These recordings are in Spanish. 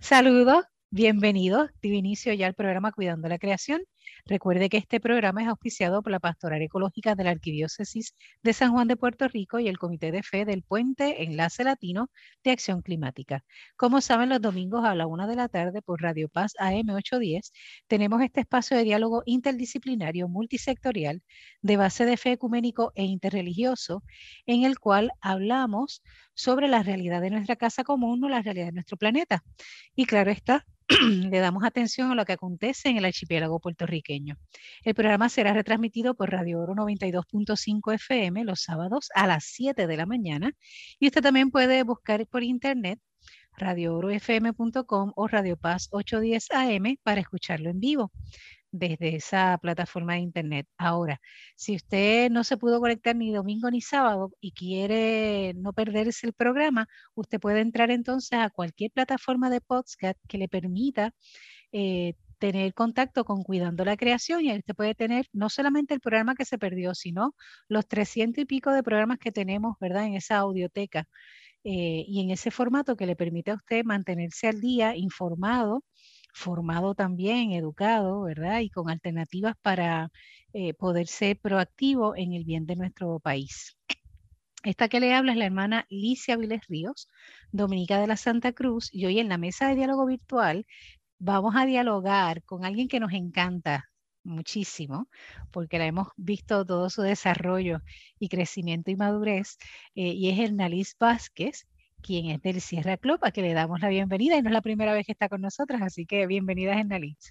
Saludos, bienvenidos. De inicio ya al programa Cuidando la Creación. Recuerde que este programa es auspiciado por la Pastoral Ecológica de la Arquidiócesis de San Juan de Puerto Rico y el Comité de Fe del Puente Enlace Latino de Acción Climática. Como saben, los domingos a la 1 de la tarde por Radio Paz AM 810 tenemos este espacio de diálogo interdisciplinario multisectorial de base de fe ecuménico e interreligioso en el cual hablamos sobre la realidad de nuestra casa común o la realidad de nuestro planeta. Y claro está, le damos atención a lo que acontece en el archipiélago puertorriqueño. El programa será retransmitido por Radio Oro 92.5 FM los sábados a las 7 de la mañana y usted también puede buscar por internet radioorofm.com o Radio Paz 810 AM para escucharlo en vivo desde esa plataforma de internet. Ahora, si usted no se pudo conectar ni domingo ni sábado y quiere no perderse el programa, usted puede entrar entonces a cualquier plataforma de podcast que le permita tener contacto con Cuidando la Creación y ahí usted puede tener no solamente el programa que se perdió, sino los 300 y pico de programas que tenemos, ¿verdad? En esa audioteca y en ese formato que le permite a usted mantenerse al día, informado, formado también, educado, ¿verdad? Y con alternativas para poder ser proactivo en el bien de nuestro país. Esta que le habla es la hermana Licia Viles Ríos, dominica de la Santa Cruz, y hoy en la mesa de diálogo virtual vamos a dialogar con alguien que nos encanta muchísimo, porque la hemos visto todo su desarrollo y crecimiento y madurez, y es Hernalys Vázquez, quien es del Sierra Club, a que le damos la bienvenida, y no es la primera vez que está con nosotras, así que bienvenida, Hernalys.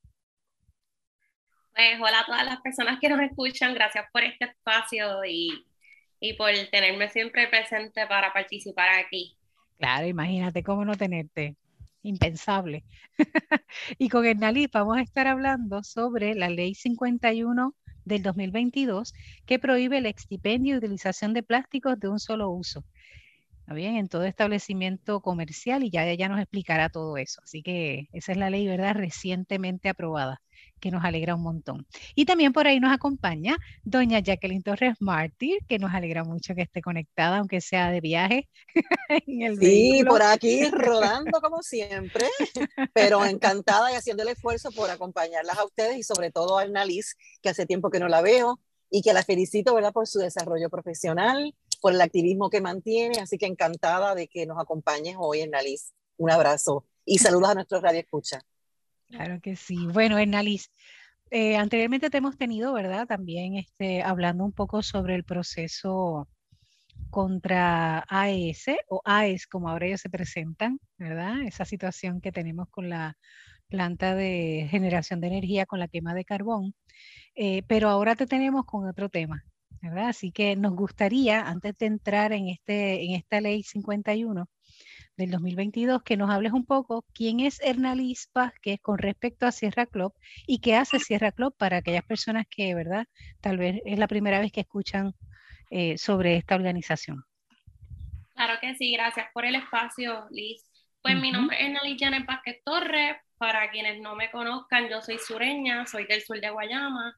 Pues hola a todas las personas que nos escuchan, gracias por este espacio y por tenerme siempre presente para participar aquí. Claro, imagínate cómo no tenerte. Impensable. Y con Hernalys vamos a estar hablando sobre la Ley 51 del 2022 que prohíbe el expendio y utilización de plásticos de un solo uso. ¿Está bien? En todo establecimiento comercial y ya ella nos explicará todo eso. Así que esa es la ley, ¿verdad? Recientemente aprobada, que nos alegra un montón. Y también por ahí nos acompaña doña Jacqueline Torres Mártir, que nos alegra mucho que esté conectada, aunque sea de viaje en el Sí, vehículo. por aquí rodando como siempre, pero encantada y haciendo el esfuerzo por acompañarlas a ustedes y sobre todo a Annalise, que hace tiempo que no la veo y que la felicito, ¿verdad?, por su desarrollo profesional, por el activismo que mantiene, así que encantada de que nos acompañes hoy, Annalise. Un abrazo y saludos a nuestros Radio Escucha. Claro que sí. Bueno, Hernalys, anteriormente te hemos tenido, ¿verdad? También hablando un poco sobre el proceso contra AES o AES, como ahora ellos se presentan, ¿verdad? Esa situación que tenemos con la planta de generación de energía con la quema de carbón, pero ahora te tenemos con otro tema, ¿verdad? Así que nos gustaría, antes de entrar en esta ley 51 del 2022, que nos hables un poco quién es Hernalys Vázquez con respecto a Sierra Club y qué hace Sierra Club para aquellas personas que, ¿verdad? Tal vez es la primera vez que escuchan sobre esta organización. Claro que sí, gracias por el espacio, Liz. Pues mi nombre es Hernalys Janet Vázquez Torres. Para quienes no me conozcan, yo soy sureña, soy del sur de Guayama.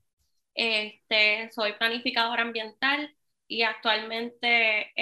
Soy planificadora ambiental y actualmente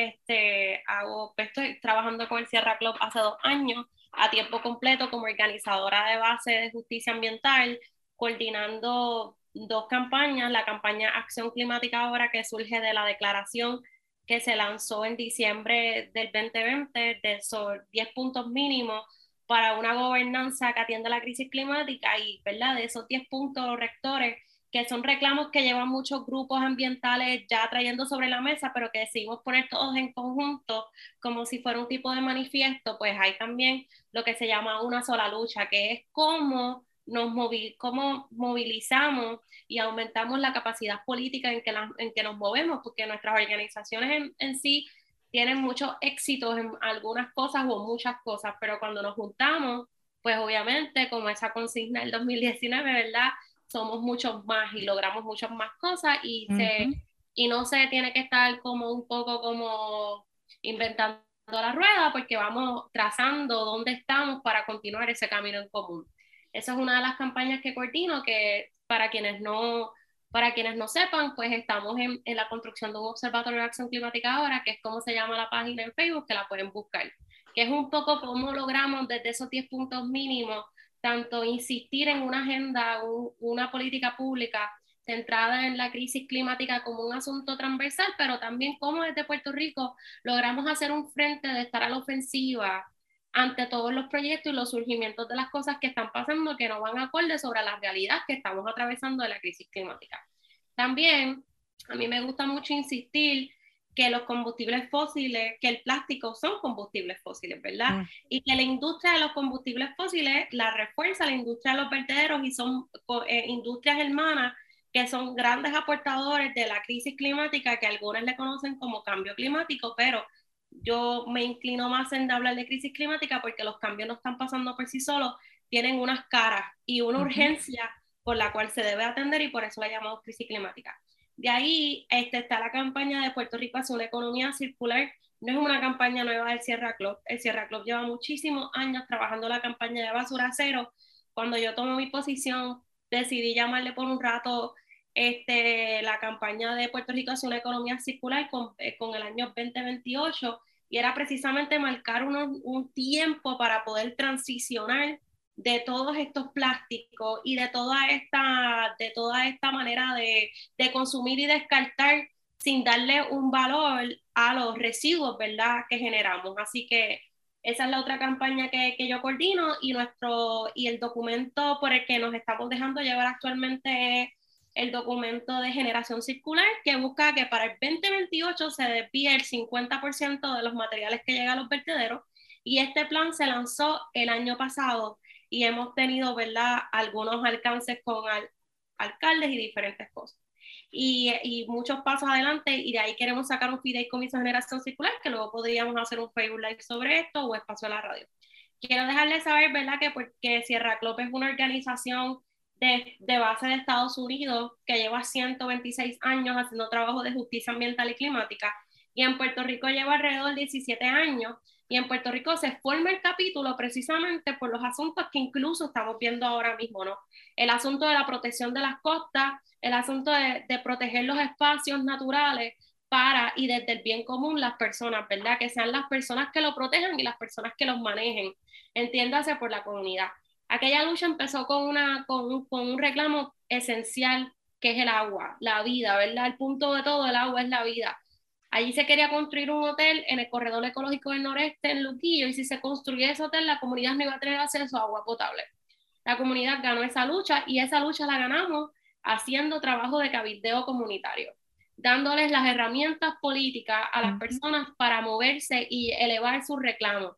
estoy trabajando con el Sierra Club hace 2 años a tiempo completo como organizadora de base de justicia ambiental, coordinando 2 campañas, la campaña Acción Climática Ahora, que surge de la declaración que se lanzó en diciembre del 2020 de esos 10 puntos mínimos para una gobernanza que atienda la crisis climática y, ¿verdad?, de esos 10 puntos rectores que son reclamos que llevan muchos grupos ambientales ya trayendo sobre la mesa, pero que decidimos poner todos en conjunto como si fuera un tipo de manifiesto. Pues hay también lo que se llama una sola lucha, que es cómo cómo movilizamos y aumentamos la capacidad política en que nos movemos, porque nuestras organizaciones en sí tienen muchos éxitos en algunas cosas o muchas cosas, pero cuando nos juntamos, pues obviamente, como esa consigna del 2019, ¿verdad?, somos muchos más y logramos muchas más cosas y no se tiene que estar como un poco como inventando la rueda, porque vamos trazando dónde estamos para continuar ese camino en común. Esa es una de las campañas que coordino, que para quienes no sepan, pues estamos en la construcción de un observatorio de acción climática ahora, que es como se llama la página en Facebook, que la pueden buscar, que es un poco cómo logramos desde esos 10 puntos mínimos, tanto insistir en una agenda, una política pública centrada en la crisis climática como un asunto transversal, pero también cómo desde Puerto Rico logramos hacer un frente de estar a la ofensiva ante todos los proyectos y los surgimientos de las cosas que están pasando que no van acorde sobre la realidad que estamos atravesando de la crisis climática. También a mí me gusta mucho insistir que los combustibles fósiles, que el plástico son combustibles fósiles, ¿verdad? Y que la industria de los combustibles fósiles la refuerza la industria de los vertederos y son industrias hermanas que son grandes aportadores de la crisis climática, que algunos le conocen como cambio climático, pero yo me inclino más en hablar de crisis climática porque los cambios no están pasando por sí solos, tienen unas caras y una urgencia por la cual se debe atender y por eso la llamamos crisis climática. De ahí está la campaña de Puerto Rico hacia una economía circular. No es una campaña nueva del Sierra Club. El Sierra Club lleva muchísimos años trabajando la campaña de basura cero. Cuando yo tomo mi posición, decidí llamarle por un rato la campaña de Puerto Rico hacia una economía circular con el año 2028, y era precisamente marcar un tiempo para poder transicionar de todos estos plásticos y de toda esta manera de consumir y descartar sin darle un valor a los residuos, ¿verdad?, que generamos. Así que esa es la otra campaña que yo coordino, y el documento por el que nos estamos dejando llevar actualmente es el documento de generación circular, que busca que para el 2028 se desvíe el 50% de los materiales que llegan a los vertederos, y este plan se lanzó el año pasado y hemos tenido, ¿verdad?, algunos alcances con alcaldes y diferentes cosas. Y muchos pasos adelante, y de ahí queremos sacar un fideicomiso de generación circular, que luego podríamos hacer un Facebook Live sobre esto o espacio a la radio. Quiero dejarles saber, ¿verdad?, que Sierra Club es una organización de base de Estados Unidos que lleva 126 años haciendo trabajo de justicia ambiental y climática, y en Puerto Rico lleva alrededor de 17 años, y en Puerto Rico se forma el capítulo precisamente por los asuntos que incluso estamos viendo ahora mismo, ¿no? El asunto de la protección de las costas, el asunto de proteger los espacios naturales y desde el bien común las personas, ¿verdad? Que sean las personas que lo protejan y las personas que los manejen, entiéndase por la comunidad. Aquella lucha empezó con un reclamo esencial, que es el agua, la vida, ¿verdad? El punto de todo, el agua es la vida. Allí se quería construir un hotel en el corredor ecológico del noreste, en Luquillo, y si se construía ese hotel, la comunidad no iba a tener acceso a agua potable. La comunidad ganó esa lucha, y esa lucha la ganamos haciendo trabajo de cabildeo comunitario, dándoles las herramientas políticas a las personas para moverse y elevar sus reclamos.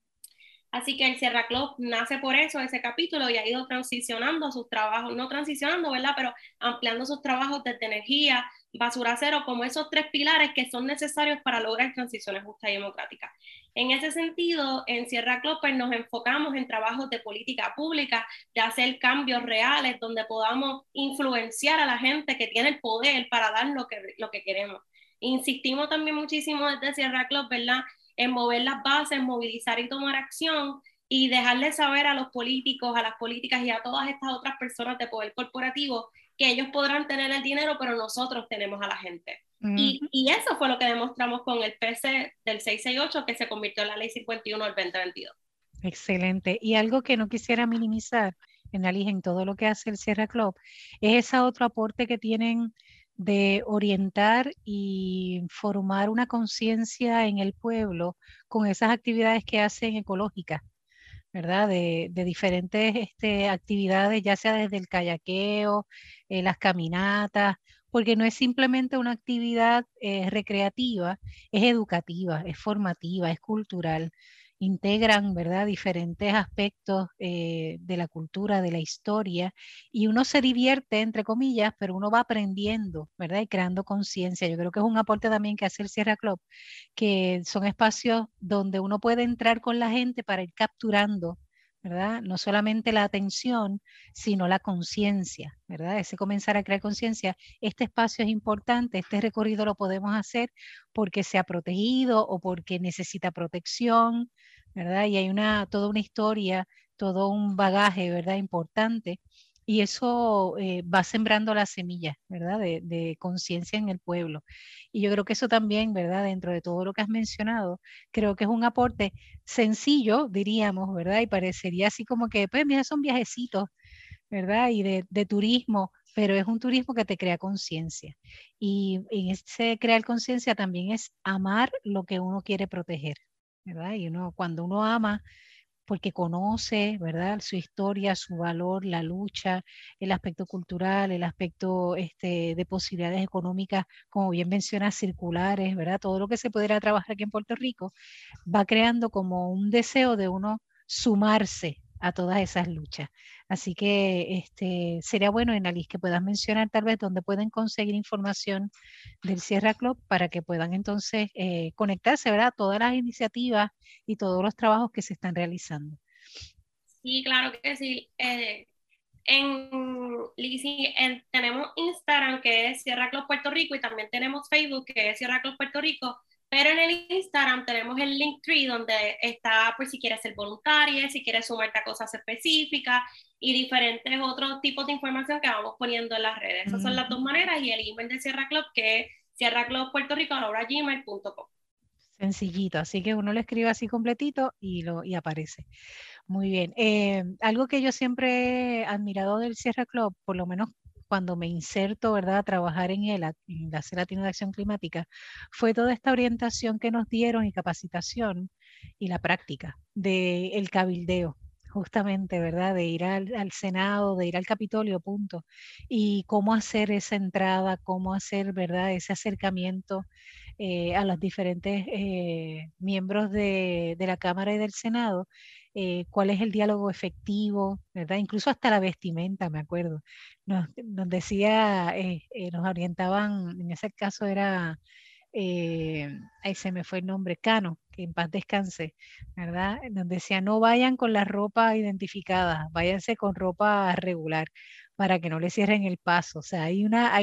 Así que el Sierra Club nace por eso, ese capítulo, y ha ido transicionando sus trabajos, no transicionando, ¿verdad?, pero ampliando sus trabajos desde energía, basura cero, como esos 3 pilares que son necesarios para lograr transiciones justas y democráticas. En ese sentido, en Sierra Club pues, nos enfocamos en trabajos de política pública, de hacer cambios reales, donde podamos influenciar a la gente que tiene el poder para dar lo que queremos. Insistimos también muchísimo desde Sierra Club, ¿verdad?, en mover las bases, movilizar y tomar acción, y dejarles saber a los políticos, a las políticas y a todas estas otras personas de poder corporativo que ellos podrán tener el dinero, pero nosotros tenemos a la gente. Y eso fue lo que demostramos con el PC del 668, que se convirtió en la Ley 51 del 2022. Excelente. Y algo que no quisiera minimizar, en todo lo que hace el Sierra Club, es ese otro aporte que tienen de orientar y formar una conciencia en el pueblo con esas actividades que hacen ecológicas, ¿verdad? De diferentes actividades, ya sea desde el kayaqueo, las caminatas, porque no es simplemente una actividad recreativa, es educativa, es formativa, es cultural. Integran, ¿verdad?, diferentes aspectos de la cultura, de la historia, y uno se divierte, entre comillas, pero uno va aprendiendo, ¿verdad?, y creando conciencia. Yo creo que es un aporte también que hace el Sierra Club, que son espacios donde uno puede entrar con la gente para ir capturando, ¿verdad?, no solamente la atención, sino la conciencia, ¿verdad? Ese comenzar a crear conciencia. Este espacio es importante, este recorrido lo podemos hacer porque se ha protegido o porque necesita protección, ¿verdad? Y hay toda una historia, todo un bagaje, ¿verdad?, importante y eso va sembrando la semilla, ¿verdad? De conciencia en el pueblo. Y yo creo que eso también, ¿verdad? Dentro de todo lo que has mencionado, creo que es un aporte sencillo, diríamos, ¿verdad? Y parecería así como que, pues mira, son viajecitos, ¿verdad? Y de turismo, pero es un turismo que te crea conciencia. Y en ese crear conciencia también es amar lo que uno quiere proteger, ¿verdad? Y uno, cuando uno ama, porque conoce, ¿verdad? Su historia, su valor, la lucha, el aspecto cultural, el aspecto de posibilidades económicas, como bien mencionas, circulares, ¿verdad? Todo lo que se pudiera trabajar aquí en Puerto Rico va creando como un deseo de uno sumarse a todas esas luchas. Así que sería bueno, Enalis, que puedas mencionar tal vez dónde pueden conseguir información del Sierra Club para que puedan entonces conectarse, ¿verdad? Todas las iniciativas y todos los trabajos que se están realizando. Sí, claro que sí. Lizzy, tenemos Instagram que es Sierra Club Puerto Rico y también tenemos Facebook que es Sierra Club Puerto Rico, pero en el Instagram tenemos el Linktree donde está por si quieres ser voluntaria, si quieres sumarte a cosas específicas y diferentes otros tipos de información que vamos poniendo en las redes. Esas son las dos maneras y el email de Sierra Club que es sierraclubpuertorico@gmail.com. Sencillito, así que uno lo escribe así completito y aparece. Muy bien. Algo que yo siempre he admirado del Sierra Club, por lo menos cuando me inserto, ¿verdad?, a trabajar en él, en la C Latina de Acción Climática, fue toda esta orientación que nos dieron y capacitación y la práctica del cabildeo, justamente, ¿verdad?, de ir al Senado, de ir al Capitolio, punto, y cómo hacer esa entrada, cómo hacer, ¿verdad?, ese acercamiento a los diferentes miembros de la Cámara y del Senado, cuál es el diálogo efectivo, ¿verdad? Incluso hasta la vestimenta, me acuerdo. Nos decía, nos orientaban, en ese caso era, ahí se me fue el nombre, Cano, que en paz descanse, ¿verdad? Nos decía, no vayan con la ropa identificada, váyanse con ropa regular para que no le cierren el paso. O sea,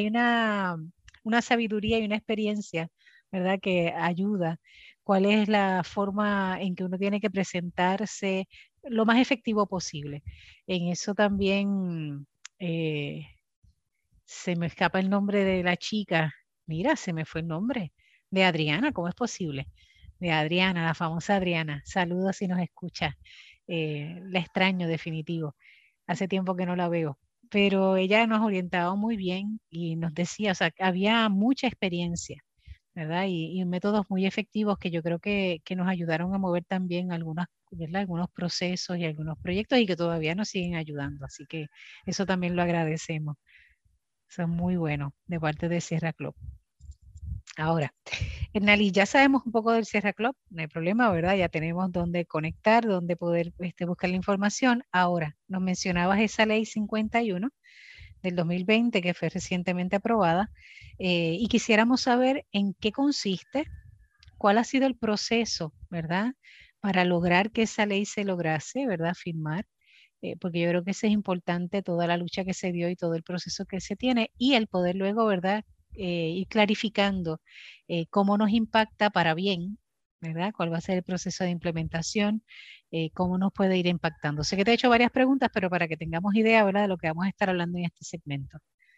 una sabiduría y una experiencia, ¿verdad? Que ayuda. ¿Cuál es la forma en que uno tiene que presentarse lo más efectivo posible? En eso también eh, se me escapa el nombre de la chica. Mira, se me fue el nombre de Adriana, ¿cómo es posible? De Adriana, la famosa Adriana. Saludos si nos escucha. La extraño definitivo. Hace tiempo que no la veo. Pero ella nos orientaba muy bien y nos decía, o sea, que había mucha experiencia, ¿verdad? Y métodos muy efectivos que yo creo que nos ayudaron a mover también ¿verdad? Algunos procesos y algunos proyectos y que todavía nos siguen ayudando. Así que eso también lo agradecemos. Son muy buenos de parte de Sierra Club. Ahora, Hernali, ya sabemos un poco del Sierra Club, no hay problema, ¿verdad? Ya tenemos dónde conectar, dónde poder buscar la información. Ahora, nos mencionabas esa ley 51 del 2020 que fue recientemente aprobada y quisiéramos saber en qué consiste, cuál ha sido el proceso, ¿verdad? Para lograr que esa ley se lograse, ¿verdad? Firmar, porque yo creo que eso es importante, toda la lucha que se dio y todo el proceso que se tiene y el poder luego, ¿verdad? Ir clarificando cómo nos impacta para bien, ¿verdad? ¿Cuál va a ser el proceso de implementación? ¿Cómo nos puede ir impactando? Sé que te he hecho varias preguntas, pero para que tengamos idea, ¿verdad? De lo que vamos a estar hablando en este segmento.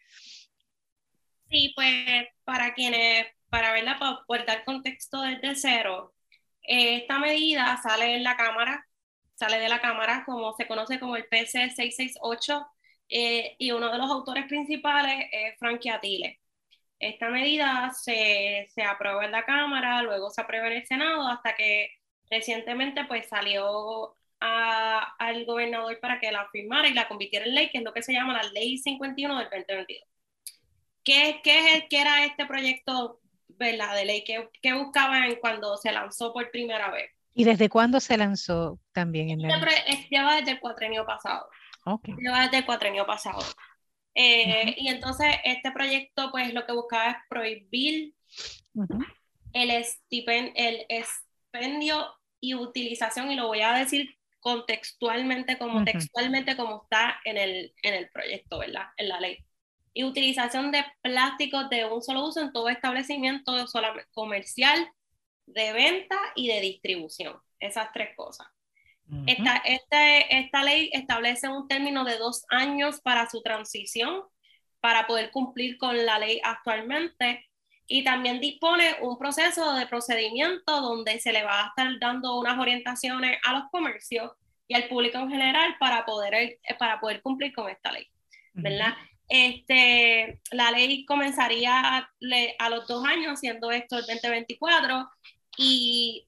Sí, pues para verla, para poder dar contexto desde cero, esta medida sale de la Cámara como se conoce como el PC 668 y uno de los autores principales es Frankie Atile. Esta medida se aprueba en la Cámara, luego se aprueba en el Senado, hasta que recientemente pues salió al gobernador para que la firmara y la convirtiera en ley, que es lo que se llama la Ley 51 del 2022. ¿Qué era este proyecto, ¿verdad?, de ley? ¿Qué buscaban cuando se lanzó por primera vez? ¿Y desde cuándo se lanzó también en la lista? Lleva desde el cuatrenio pasado. Okay. Lleva desde el cuatrenio pasado. Y entonces este proyecto pues lo que buscaba es prohibir el expendio y utilización, y lo voy a decir contextualmente, textualmente como está en el proyecto, ¿verdad?, en la ley. Y utilización de plásticos de un solo uso en todo establecimiento comercial, de venta y de distribución. Esas tres cosas. Esta ley establece un término de 2 años para su transición, para poder cumplir con la ley actualmente, y también dispone un proceso de procedimiento donde se le va a estar dando unas orientaciones a los comercios y al público en general para poder cumplir con esta ley, ¿verdad? La ley comenzaría a los 2 años, siendo esto el 2024, y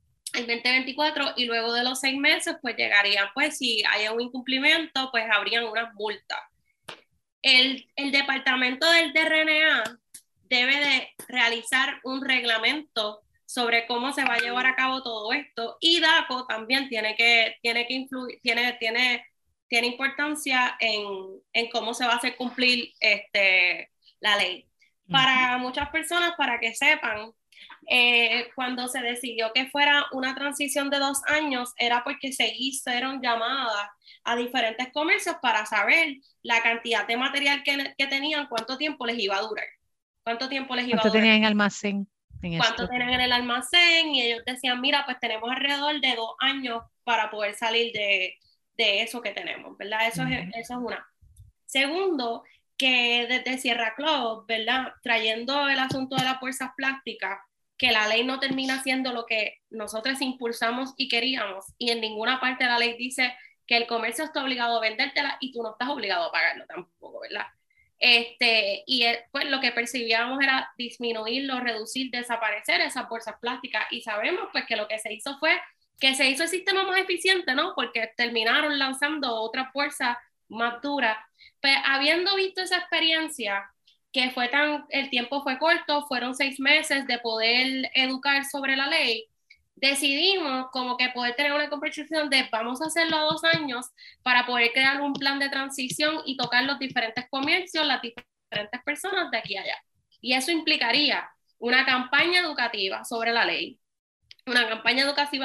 luego de los 6 meses, pues llegarían, pues si hay un incumplimiento, pues habrían unas multas. El departamento del DRNA debe de realizar un reglamento sobre cómo se va a llevar a cabo todo esto, y DACO también tiene importancia en cómo se va a hacer cumplir la ley. Para muchas personas, para que sepan, cuando se decidió que fuera una transición de 2 años, era porque se hicieron llamadas a diferentes comercios para saber la cantidad de material que tenían, cuánto tiempo les iba a durar. ¿Cuánto tenían en almacén? ¿Cuánto tenían en el almacén? Y ellos decían, mira, pues tenemos alrededor de 2 años para poder salir de eso que tenemos, ¿verdad? Eso es una. Segundo, que desde Sierra Club, ¿verdad? Trayendo el asunto de las bolsas plásticas, que la ley no termina siendo lo que nosotros impulsamos y queríamos, y en ninguna parte de la ley dice que el comercio está obligado a vendértela y tú no estás obligado a pagarlo tampoco, ¿verdad? Pues lo que percibíamos era disminuirlo, reducir, desaparecer esas bolsas plásticas, y sabemos pues que lo que se hizo fue que se hizo el sistema más eficiente, ¿no? Porque terminaron lanzando otras bolsas más duras. Pues habiendo visto esa experiencia, que el tiempo fue corto, fueron 6 meses de poder educar sobre la ley, decidimos como que poder tener una conversación de vamos a hacerlo a 2 años para poder crear un plan de transición y tocar los diferentes comercios, las diferentes personas de aquí a allá. Y eso implicaría una campaña educativa sobre la ley, una campaña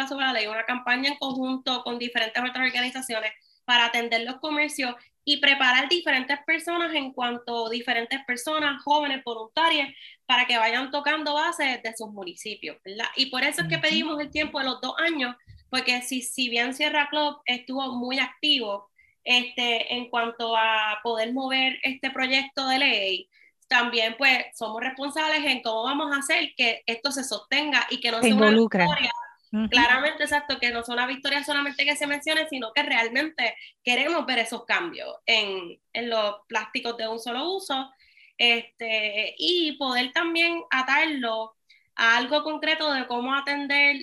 en conjunto con diferentes otras organizaciones para atender los comercios y preparar diferentes personas diferentes personas, jóvenes, voluntarias, para que vayan tocando bases de sus municipios, ¿verdad? Y por eso es que pedimos el tiempo de los 2 años, porque si bien Sierra Club estuvo muy activo en cuanto a poder mover este proyecto de ley, también pues somos responsables en cómo vamos a hacer que esto se sostenga y que no sea una victoria. Claramente, exacto, que no sea una victoria solamente que se mencione, sino que realmente queremos ver esos cambios en los plásticos de un solo uso, y poder también atarlo a algo concreto de cómo atender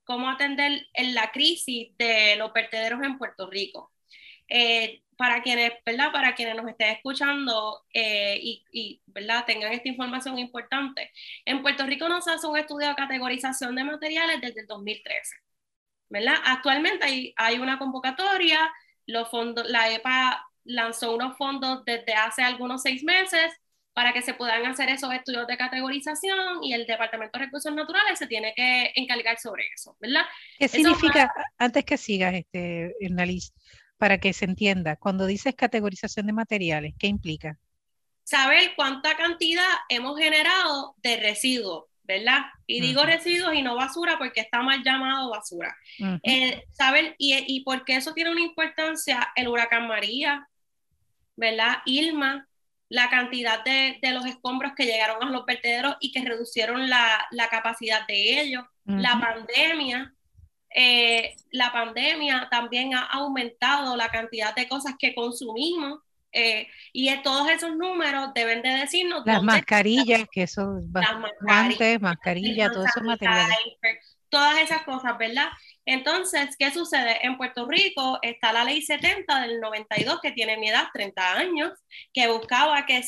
en la crisis de los vertederos en Puerto Rico. Para quienes nos estén escuchando ¿verdad? Tengan esta información importante. En Puerto Rico no se hace un estudio de categorización de materiales desde el 2013, ¿verdad? Actualmente hay una convocatoria, la EPA lanzó unos fondos desde hace algunos 6 meses para que se puedan hacer esos estudios de categorización, y el Departamento de Recursos Naturales se tiene que encargar sobre eso, ¿verdad? ¿Qué significa, antes que sigas, Ernalís, para que se entienda, cuando dices categorización de materiales, ¿qué implica? Saber cuánta cantidad hemos generado de residuos, ¿verdad? Y digo residuos y no basura porque está mal llamado basura. Saber, y porque eso tiene una importancia, el huracán María, ¿verdad? Irma, la cantidad de los escombros que llegaron a los vertederos y que reducieron la capacidad de ellos, la pandemia también ha aumentado la cantidad de cosas que consumimos, y todos esos números deben de decirnos las mascarillas, que eso, guantes, mascarillas, todos esos materiales, todas esas cosas, ¿verdad? Entonces, ¿qué sucede? En Puerto Rico está la ley 70 del 92, que tiene mi edad, 30 años, que buscaba que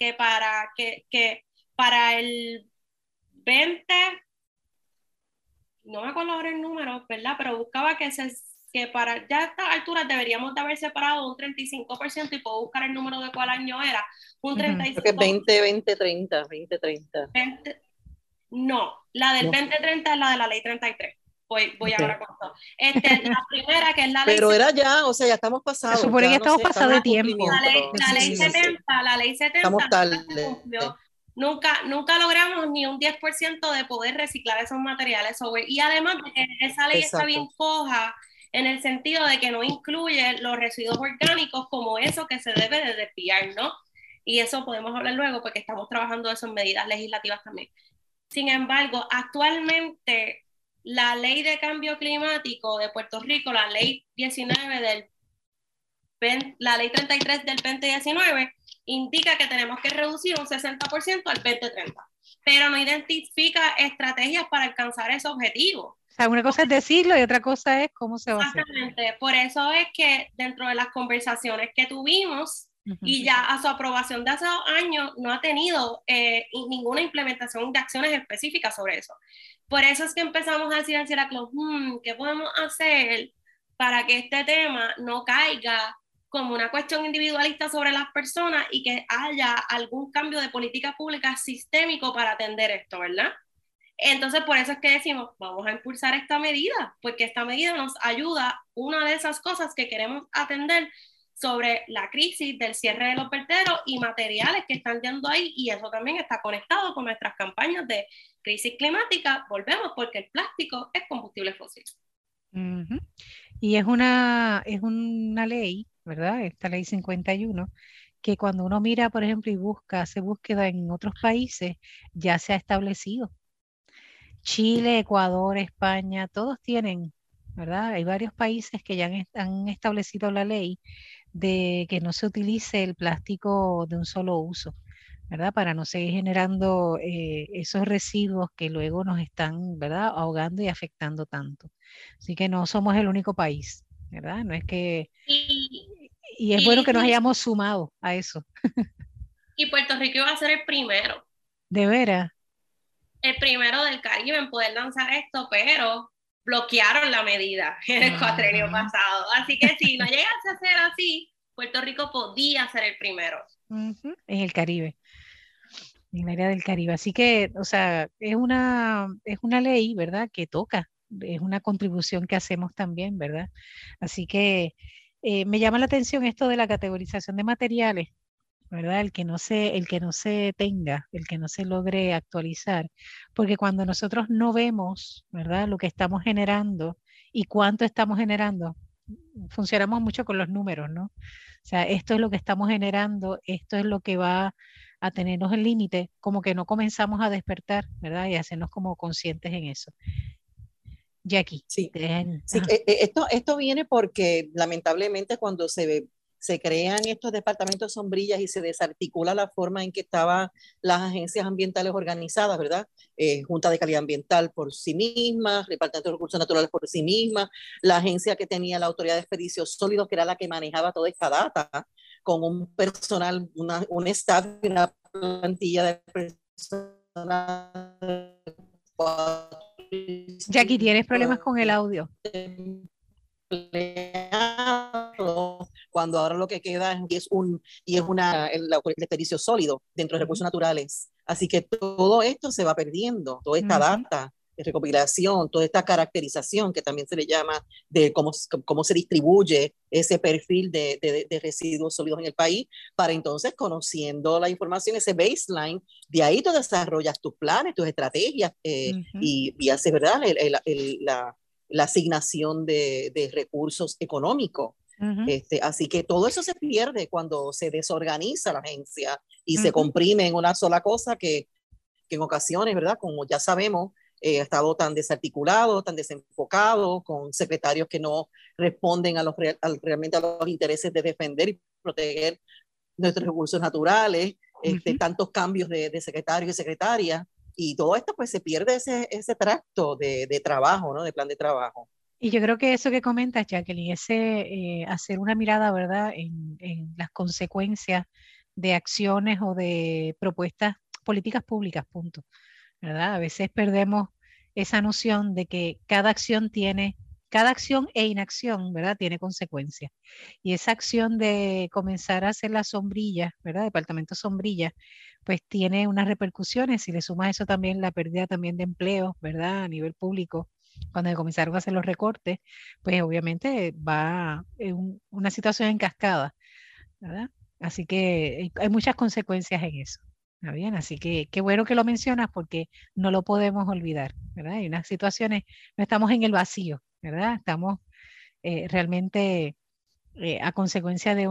para el 20, no me acuerdo ahora el número, ¿verdad? Pero buscaba que para ya a estas alturas deberíamos de haber separado un 35%, y puedo buscar el número de cuál año era. Un 35%. Creo que 2030. No, la del 2030 es la de la ley 33. Voy ahora con todo. La primera, que es la ley. Pero era ya, o sea, ya estamos pasados. Se supone que estamos pasados de tiempo. La ley 70 estamos tarde. Nunca logramos ni un 10% de poder reciclar esos materiales. Y además, esa ley está bien coja. en el sentido de que no incluye los residuos orgánicos como eso que se debe de desviar, ¿no? Y eso podemos hablar luego porque estamos trabajando eso en medidas legislativas también. Sin embargo, actualmente la ley de cambio climático de Puerto Rico, la ley 19 la ley 33 del 2019, indica que tenemos que reducir un 60% al 2030, pero no identifica estrategias para alcanzar ese objetivo. O sea, una cosa es decirlo y otra cosa es cómo se va a hacer. Exactamente, por eso es que dentro de las conversaciones que tuvimos y ya a su aprobación de hace 2 años no ha tenido ninguna implementación de acciones específicas sobre eso. Por eso es que empezamos a decir a Sierra-Club, ¿qué podemos hacer para que este tema no caiga como una cuestión individualista sobre las personas y que haya algún cambio de política pública sistémico para atender esto, ¿verdad? Entonces, por eso es que decimos, vamos a impulsar esta medida, porque esta medida nos ayuda, una de esas cosas que queremos atender sobre la crisis del cierre de los vertederos y materiales que están yendo ahí, y eso también está conectado con nuestras campañas de crisis climática. Volvemos porque el plástico es combustible fósil. Y es una ley, ¿verdad? Esta ley 51, que cuando uno mira, por ejemplo, y hace búsqueda en otros países, ya se ha establecido. Chile, Ecuador, España, todos tienen, ¿verdad? Hay varios países que ya han establecido la ley de que no se utilice el plástico de un solo uso, ¿verdad? Para no seguir generando esos residuos que luego nos están, ¿verdad?, ahogando y afectando tanto. Así que no somos el único país, ¿verdad? No es que... Y es bueno que nos hayamos sumado a eso. Y Puerto Rico iba a ser el primero. ¿De veras? El primero del Caribe en poder lanzar esto, pero bloquearon la medida en el cuatrenio pasado. Así que si no llegase a ser así, Puerto Rico podía ser el primero. En el Caribe, en el área del Caribe. Así que, o sea, es una ley, ¿verdad?, que toca, es una contribución que hacemos también, ¿verdad? Así que me llama la atención esto de la categorización de materiales, ¿verdad? El que no se tenga, el que no se logre actualizar, porque cuando nosotros no vemos, ¿verdad?, lo que estamos generando y cuánto estamos generando, funcionamos mucho con los números, ¿no? O sea, esto es lo que estamos generando, esto es lo que va a tenernos el límite, como que no comenzamos a despertar, ¿verdad? Y hacernos como conscientes en eso. Jackie. Sí, esto viene porque lamentablemente cuando se crean estos departamentos sombrillas y se desarticula la forma en que estaban las agencias ambientales organizadas, ¿verdad? Junta de Calidad Ambiental por sí misma, Departamento de Recursos Naturales por sí misma, la agencia que tenía la Autoridad de Desperdicios Sólidos, que era la que manejaba toda esta data, con un personal, un staff y una plantilla de personal. Jackie, ¿tienes problemas con el audio? Cuando ahora lo que queda es el desperdicio sólido dentro de recursos naturales. Así que todo esto se va perdiendo, toda esta data de recopilación, toda esta caracterización que también se le llama de cómo se distribuye ese perfil de residuos sólidos en el país, para entonces, conociendo la información, ese baseline, de ahí tú desarrollas tus planes, tus estrategias y haces, ¿verdad?, la asignación de recursos económicos. Así que todo eso se pierde cuando se desorganiza la agencia y se comprime en una sola cosa que en ocasiones, ¿verdad?, como ya sabemos, ha estado tan desarticulado, tan desenfocado, con secretarios que no responden realmente a los intereses de defender y proteger nuestros recursos naturales, tantos cambios de secretarios y secretarias, y todo esto pues se pierde ese tracto de trabajo, ¿no?, de plan de trabajo. Y yo creo que eso que comentas, Jacqueline, hacer una mirada, ¿verdad?, en las consecuencias de acciones o de propuestas políticas públicas, punto, ¿verdad? A veces perdemos esa noción de que cada acción e inacción, ¿verdad?, tiene consecuencias. Y esa acción de comenzar a hacer las sombrillas, ¿verdad?, departamento sombrilla, pues tiene unas repercusiones. Si le sumas eso también la pérdida también de empleos, ¿verdad?, a nivel público, cuando comenzaron a hacer los recortes, pues obviamente va en una situación en cascada, ¿verdad? Así que hay muchas consecuencias en eso. ¿Está bien? Así que qué bueno que lo mencionas porque no lo podemos olvidar, ¿verdad? Hay unas situaciones, no estamos en el vacío, ¿verdad? Estamos realmente a consecuencia de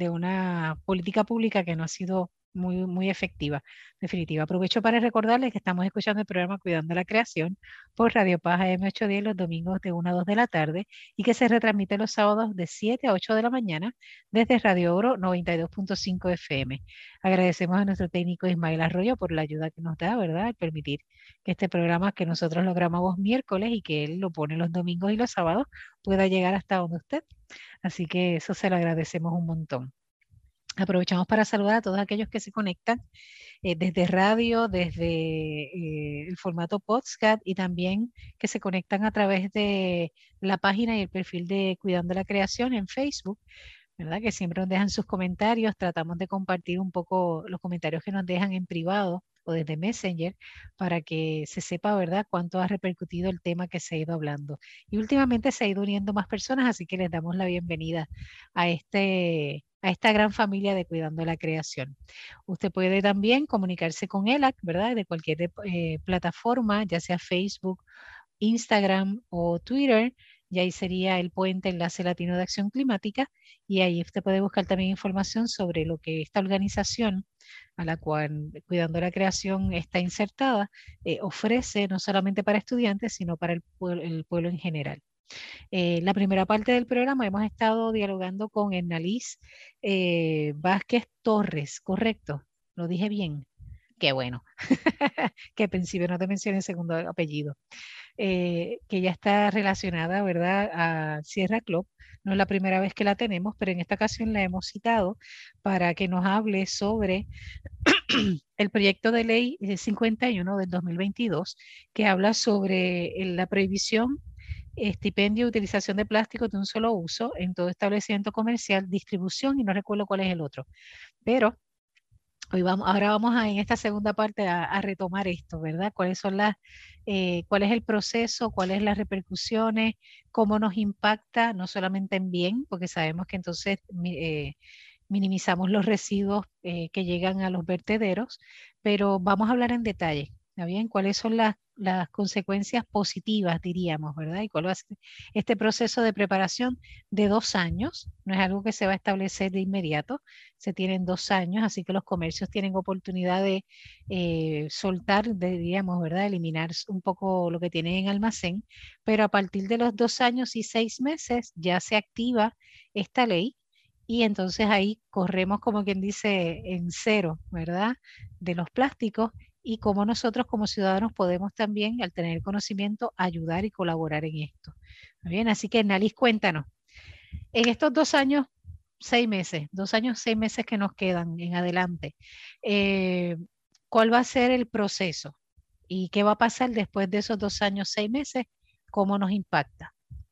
una política pública que no ha sido muy efectiva, definitiva. Aprovecho para recordarles que estamos escuchando el programa Cuidando la Creación por Radio Paz AM810 los domingos de 1 a 2 de la tarde y que se retransmite los sábados de 7 a 8 de la mañana desde Radio Oro 92.5 FM. Agradecemos a nuestro técnico Ismael Arroyo por la ayuda que nos da, ¿verdad? Al permitir que este programa que nosotros lo grabamos miércoles y que él lo pone los domingos y los sábados pueda llegar hasta donde usted. Así que eso se lo agradecemos un montón. Aprovechamos para saludar a todos aquellos que se conectan desde radio, desde el formato podcast y también que se conectan a través de la página y el perfil de Cuidando la Creación en Facebook, ¿verdad? Que siempre nos dejan sus comentarios. Tratamos de compartir un poco los comentarios que nos dejan en privado o desde Messenger para que se sepa, ¿verdad?, cuánto ha repercutido el tema que se ha ido hablando. Y últimamente se ha ido uniendo más personas, así que les damos la bienvenida a esta gran familia de Cuidando la Creación. Usted puede también comunicarse con ELAC, ¿verdad?, de cualquier plataforma, ya sea Facebook, Instagram o Twitter, y ahí sería el puente Enlace Latino de Acción Climática, y ahí usted puede buscar también información sobre lo que esta organización a la cual Cuidando la Creación está insertada, ofrece no solamente para estudiantes, sino para el pueblo en general. La primera parte del programa hemos estado dialogando con Ernalís Vázquez Torres, ¿correcto? ¿Lo dije bien? Qué bueno, que al principio no te mencioné el segundo apellido. Que ya está relacionada, ¿verdad?, a Sierra Club. No es la primera vez que la tenemos, pero en esta ocasión la hemos citado para que nos hable sobre el proyecto de ley 51 del 2022, que habla sobre la prohibición, estipendio, utilización de plásticos de un solo uso en todo establecimiento comercial, distribución, y no recuerdo cuál es el otro. Pero ahora vamos en esta segunda parte a retomar esto, ¿verdad? ¿Cuál es el proceso, cuáles las repercusiones, cómo nos impacta, no solamente en bien, porque sabemos que entonces minimizamos los residuos que llegan a los vertederos, pero vamos a hablar en detalle, ¿está bien? ¿Cuáles son las consecuencias positivas, diríamos, ¿verdad? Y cuál va a ser este proceso de preparación de 2 años. No es algo que se va a establecer de inmediato, se tienen 2 años, así que los comercios tienen oportunidad de soltar, diríamos, ¿verdad? Eliminar un poco lo que tienen en almacén, pero a partir de los 2 años y 6 meses ya se activa esta ley. Y entonces ahí corremos, como quien dice, en cero, ¿verdad?, de los plásticos, y cómo nosotros como ciudadanos podemos también, al tener conocimiento, ayudar y colaborar en esto. Muy bien, así que Nalis, cuéntanos, en estos 2 años, 6 meses, 2 años, 6 meses que nos quedan en adelante, ¿cuál va a ser el proceso? ¿Y qué va a pasar después de esos 2 años, 6 meses? ¿Cómo nos impacta?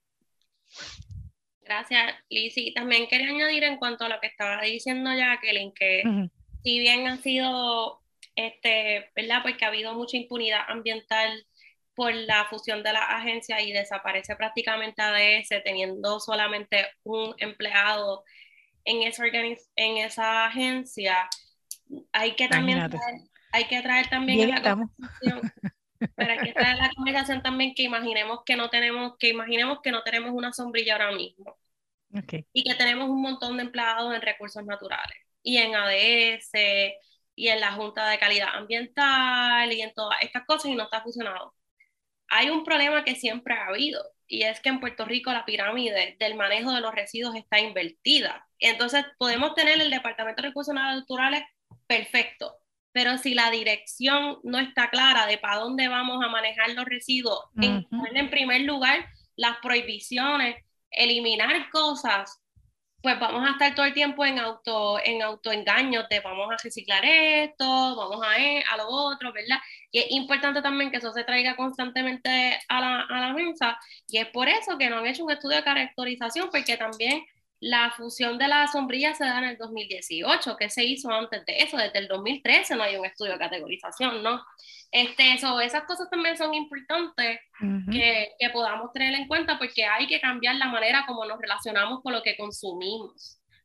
Gracias, Liz. Y también quería añadir en cuanto a lo que estaba diciendo Jacqueline, que si bien ha sido, ¿verdad? Pues que ha habido mucha impunidad ambiental por la fusión de las agencias y desaparece prácticamente ADS, teniendo solamente un empleado en esa agencia, hay que también traer también bien en la estamos. conversación. Pero hay que traer la conversación también que imaginemos que no tenemos una sombrilla ahora mismo. Okay. Y que tenemos un montón de empleados en recursos naturales y en ADS y en la Junta de Calidad Ambiental y en todas estas cosas, y no está fusionado. Hay un problema que siempre ha habido, y es que en Puerto Rico la pirámide del manejo de los residuos está invertida. Entonces podemos tener el Departamento de Recursos Naturales perfecto, pero si la dirección no está clara de para dónde vamos a manejar los residuos, en primer lugar las prohibiciones, eliminar cosas, pues vamos a estar todo el tiempo en autoengaños de vamos a reciclar esto, vamos a lo otro, ¿verdad? Y es importante también que eso se traiga constantemente a la mesa, y es por eso que no han hecho un estudio de caracterización, porque también la fusión de la sombrilla se da en el 2018, ¿qué se hizo antes de eso? Desde el 2013 no hay un estudio de categorización, ¿no? Esas cosas también son importantes que podamos tener en cuenta, porque hay que cambiar la manera como nos relacionamos con lo que consumimos.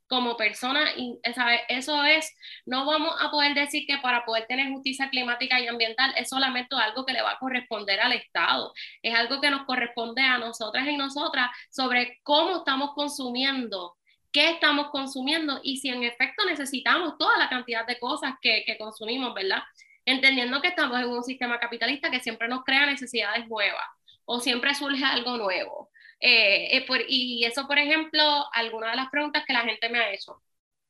como personas, ¿sabes? Eso es, no vamos a poder decir que para poder tener justicia climática y ambiental es solamente algo que le va a corresponder al Estado, es algo que nos corresponde a nosotras y nosotras sobre cómo estamos consumiendo, qué estamos consumiendo y si en efecto necesitamos toda la cantidad de cosas que consumimos, ¿verdad? Entendiendo que estamos en un sistema capitalista que siempre nos crea necesidades nuevas o siempre surge algo nuevo. Y eso, por ejemplo, algunas de las preguntas que la gente me ha hecho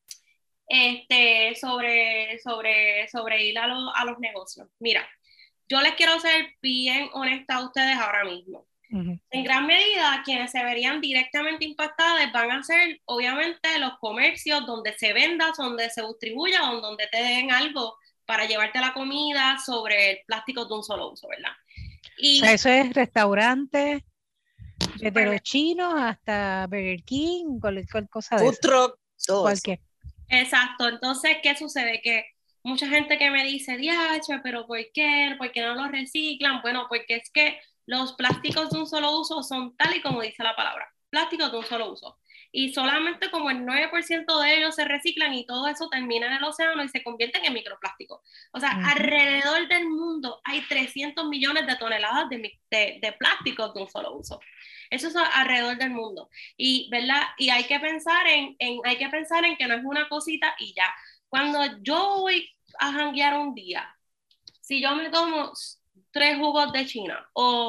sobre ir a los negocios. Mira, yo les quiero ser bien honesta a ustedes ahora mismo. En gran medida, quienes se verían directamente impactadas van a ser, obviamente, los comercios donde se venda, donde se distribuya o donde te den algo para llevarte la comida sobre el plástico de un solo uso, ¿verdad? O sea, eso es restaurantes, desde los chinos hasta Burger King, cualquier cosa de food truck, todo cualquier. Eso. Exacto. Entonces, ¿qué sucede? Que mucha gente que me dice, diache, pero ¿por qué? ¿Por qué no los reciclan? Bueno, porque es que los plásticos de un solo uso son tal y como dice la palabra, plásticos de un solo uso. Y solamente como el 9% de ellos se reciclan y todo eso termina en el océano y se convierten en microplásticos. O sea, alrededor del mundo hay 300 millones de toneladas de plásticos de un solo uso. Eso es alrededor del mundo. Y, ¿verdad? Y hay que pensar hay que pensar en que no es una cosita y ya. Cuando yo voy a janguear un día, si yo me tomo 3 jugos de China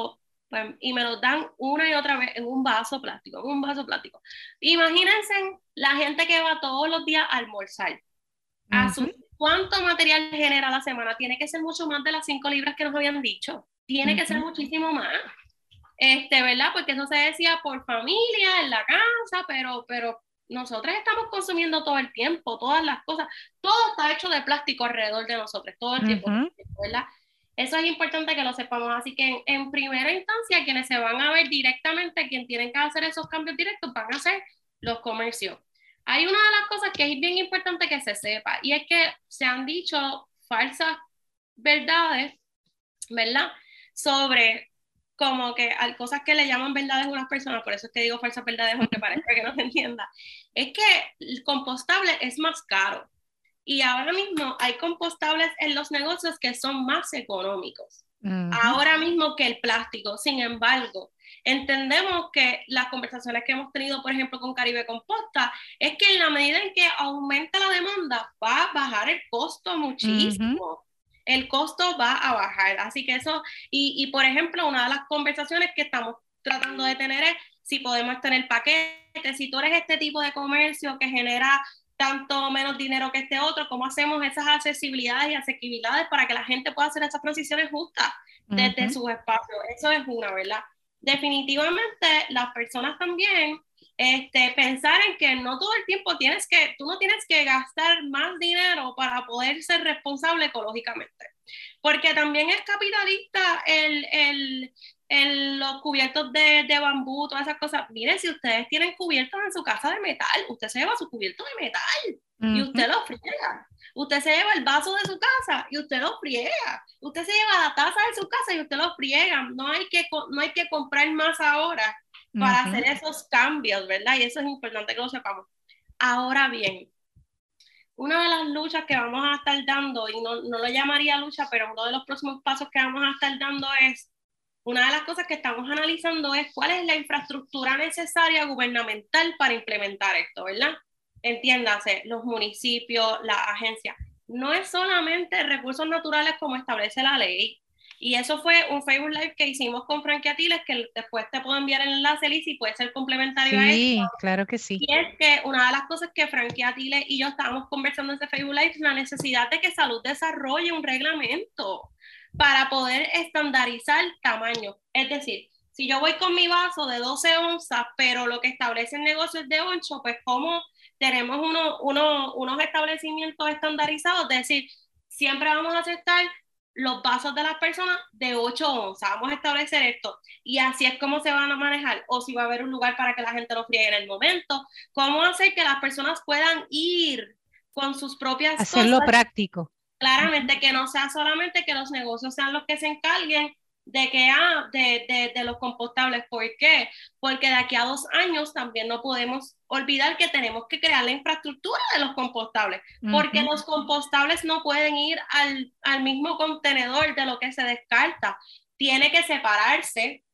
y me los dan una y otra vez en un vaso plástico, Imagínense la gente que va todos los días a almorzar. ¿Cuánto material genera la semana? Tiene que ser mucho más de las 5 libras que nos habían dicho. Tiene que ser muchísimo más. ¿Verdad? Porque eso se decía por familia, en la casa, pero nosotros estamos consumiendo todo el tiempo, todas las cosas, todo está hecho de plástico alrededor de nosotros, todo el tiempo, ¿verdad? Eso es importante que lo sepamos, así que en primera instancia, quienes se van a ver directamente, quienes tienen que hacer esos cambios directos, van a ser los comercios. Hay una de las cosas que es bien importante que se sepa, y es que se han dicho falsas verdades, ¿verdad? Sobre como que hay cosas que le llaman verdades a unas personas, por eso es que digo falsas verdades, aunque parece que no se entienda, es que el compostable es más caro. Y ahora mismo hay compostables en los negocios que son más económicos. Ahora mismo que el plástico. Sin embargo, entendemos que las conversaciones que hemos tenido, por ejemplo, con Caribe Composta, es que en la medida en que aumenta la demanda, va a bajar el costo muchísimo. El costo va a bajar. Así que eso, y por ejemplo, una de las conversaciones que estamos tratando de tener es si podemos tener paquetes, si tú eres este tipo de comercio que genera tanto menos dinero que este otro, ¿cómo hacemos esas accesibilidades y asequibilidades para que la gente pueda hacer esas transiciones justas desde sus espacios? Eso es una, ¿verdad? Definitivamente las personas también pensar en que no todo el tiempo tú no tienes que gastar más dinero para poder ser responsable ecológicamente, porque también es capitalista los cubiertos de bambú, todas esas cosas. Miren, si ustedes tienen cubiertos en su casa de metal, usted se lleva su cubierto de metal y usted lo friega. Usted se lleva el vaso de su casa y usted lo friega. Usted se lleva la taza de su casa y usted lo friega. No hay que comprar más ahora para hacer esos cambios, ¿verdad? Y eso es importante que lo sepamos. Ahora bien, una de las luchas que vamos a estar dando, y no lo llamaría lucha, pero uno de los próximos pasos que vamos a estar dando es, una de las cosas que estamos analizando es cuál es la infraestructura necesaria gubernamental para implementar esto, ¿verdad? Entiéndase, los municipios, las agencias. No es solamente recursos naturales como establece la ley. Y eso fue un Facebook Live que hicimos con Frankie Atiles, que después te puedo enviar el enlace, Liz, y puede ser complementario a esto. Sí, claro que sí. Y es que una de las cosas que Frankie Atiles y yo estábamos conversando en ese Facebook Live es la necesidad de que Salud desarrolle un reglamento para poder estandarizar tamaño. Es decir, si yo voy con mi vaso de 12 onzas, pero lo que establece el negocio es de 8, pues como tenemos unos establecimientos estandarizados, es decir, siempre vamos a aceptar los vasos de las personas de 8 onzas, vamos a establecer esto, y así es como se van a manejar, o si va a haber un lugar para que la gente lo friegue en el momento, cómo hacer que las personas puedan ir con sus propias hacerlo cosas, práctico. Claramente que no sea solamente que los negocios sean los que se encarguen de los compostables. ¿Por qué? Porque de aquí a 2 años también no podemos olvidar que tenemos que crear la infraestructura de los compostables, porque los compostables no pueden ir al mismo contenedor de lo que se descarta. Tiene que separarse,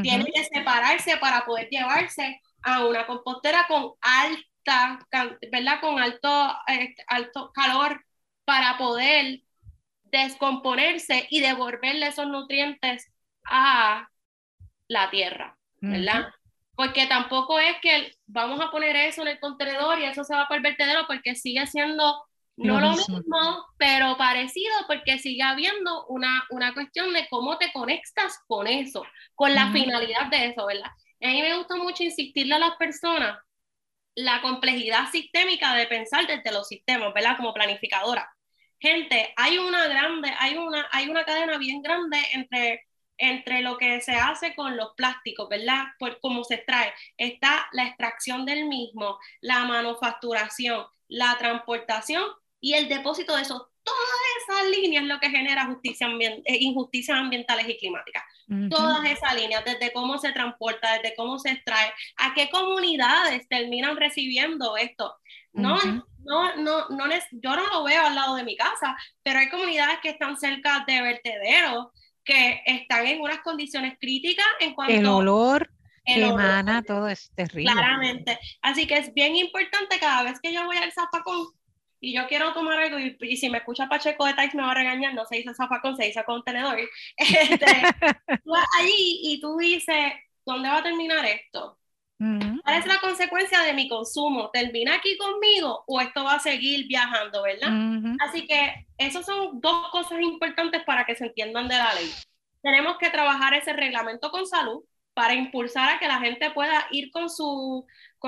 para poder llevarse a una compostera con alta, ¿verdad? Con alto calor para poder descomponerse y devolverle esos nutrientes a la tierra, ¿verdad? Porque tampoco es que vamos a poner eso en el contenedor y eso se va para el vertedero, porque sigue siendo no lo mismo, pero parecido, porque sigue habiendo una cuestión de cómo te conectas con eso, con la finalidad de eso, ¿verdad? A mí me gusta mucho insistirle a las personas la complejidad sistémica de pensar desde los sistemas, ¿verdad? Como planificadora. Gente, hay una cadena bien grande entre lo que se hace con los plásticos, ¿verdad? Por cómo se extrae. Está la extracción del mismo, la manufacturación, la transportación y el depósito de eso. Todas esas líneas lo que genera injusticias ambientales y climáticas. Todas esas líneas, desde cómo se transporta, desde cómo se extrae, a qué comunidades terminan recibiendo esto. Yo no lo veo al lado de mi casa, pero hay comunidades que están cerca de vertederos que están en unas condiciones críticas en cuanto el olor que emana, todo es terrible. Claramente. Así que es bien importante cada vez que yo voy al zafacón y yo quiero tomar algo, y si me escucha Pacheco de Taix me va a regañar, no se dice zafacón, se dice contenedor. Tú vas allí y tú dices, ¿dónde va a terminar esto? ¿Cuál es la consecuencia de mi consumo? ¿Termina aquí conmigo o esto va a seguir viajando, verdad? Así que esas son 2 cosas importantes para que se entiendan de la ley. Tenemos que trabajar ese reglamento con salud para impulsar a que la gente pueda ir con sus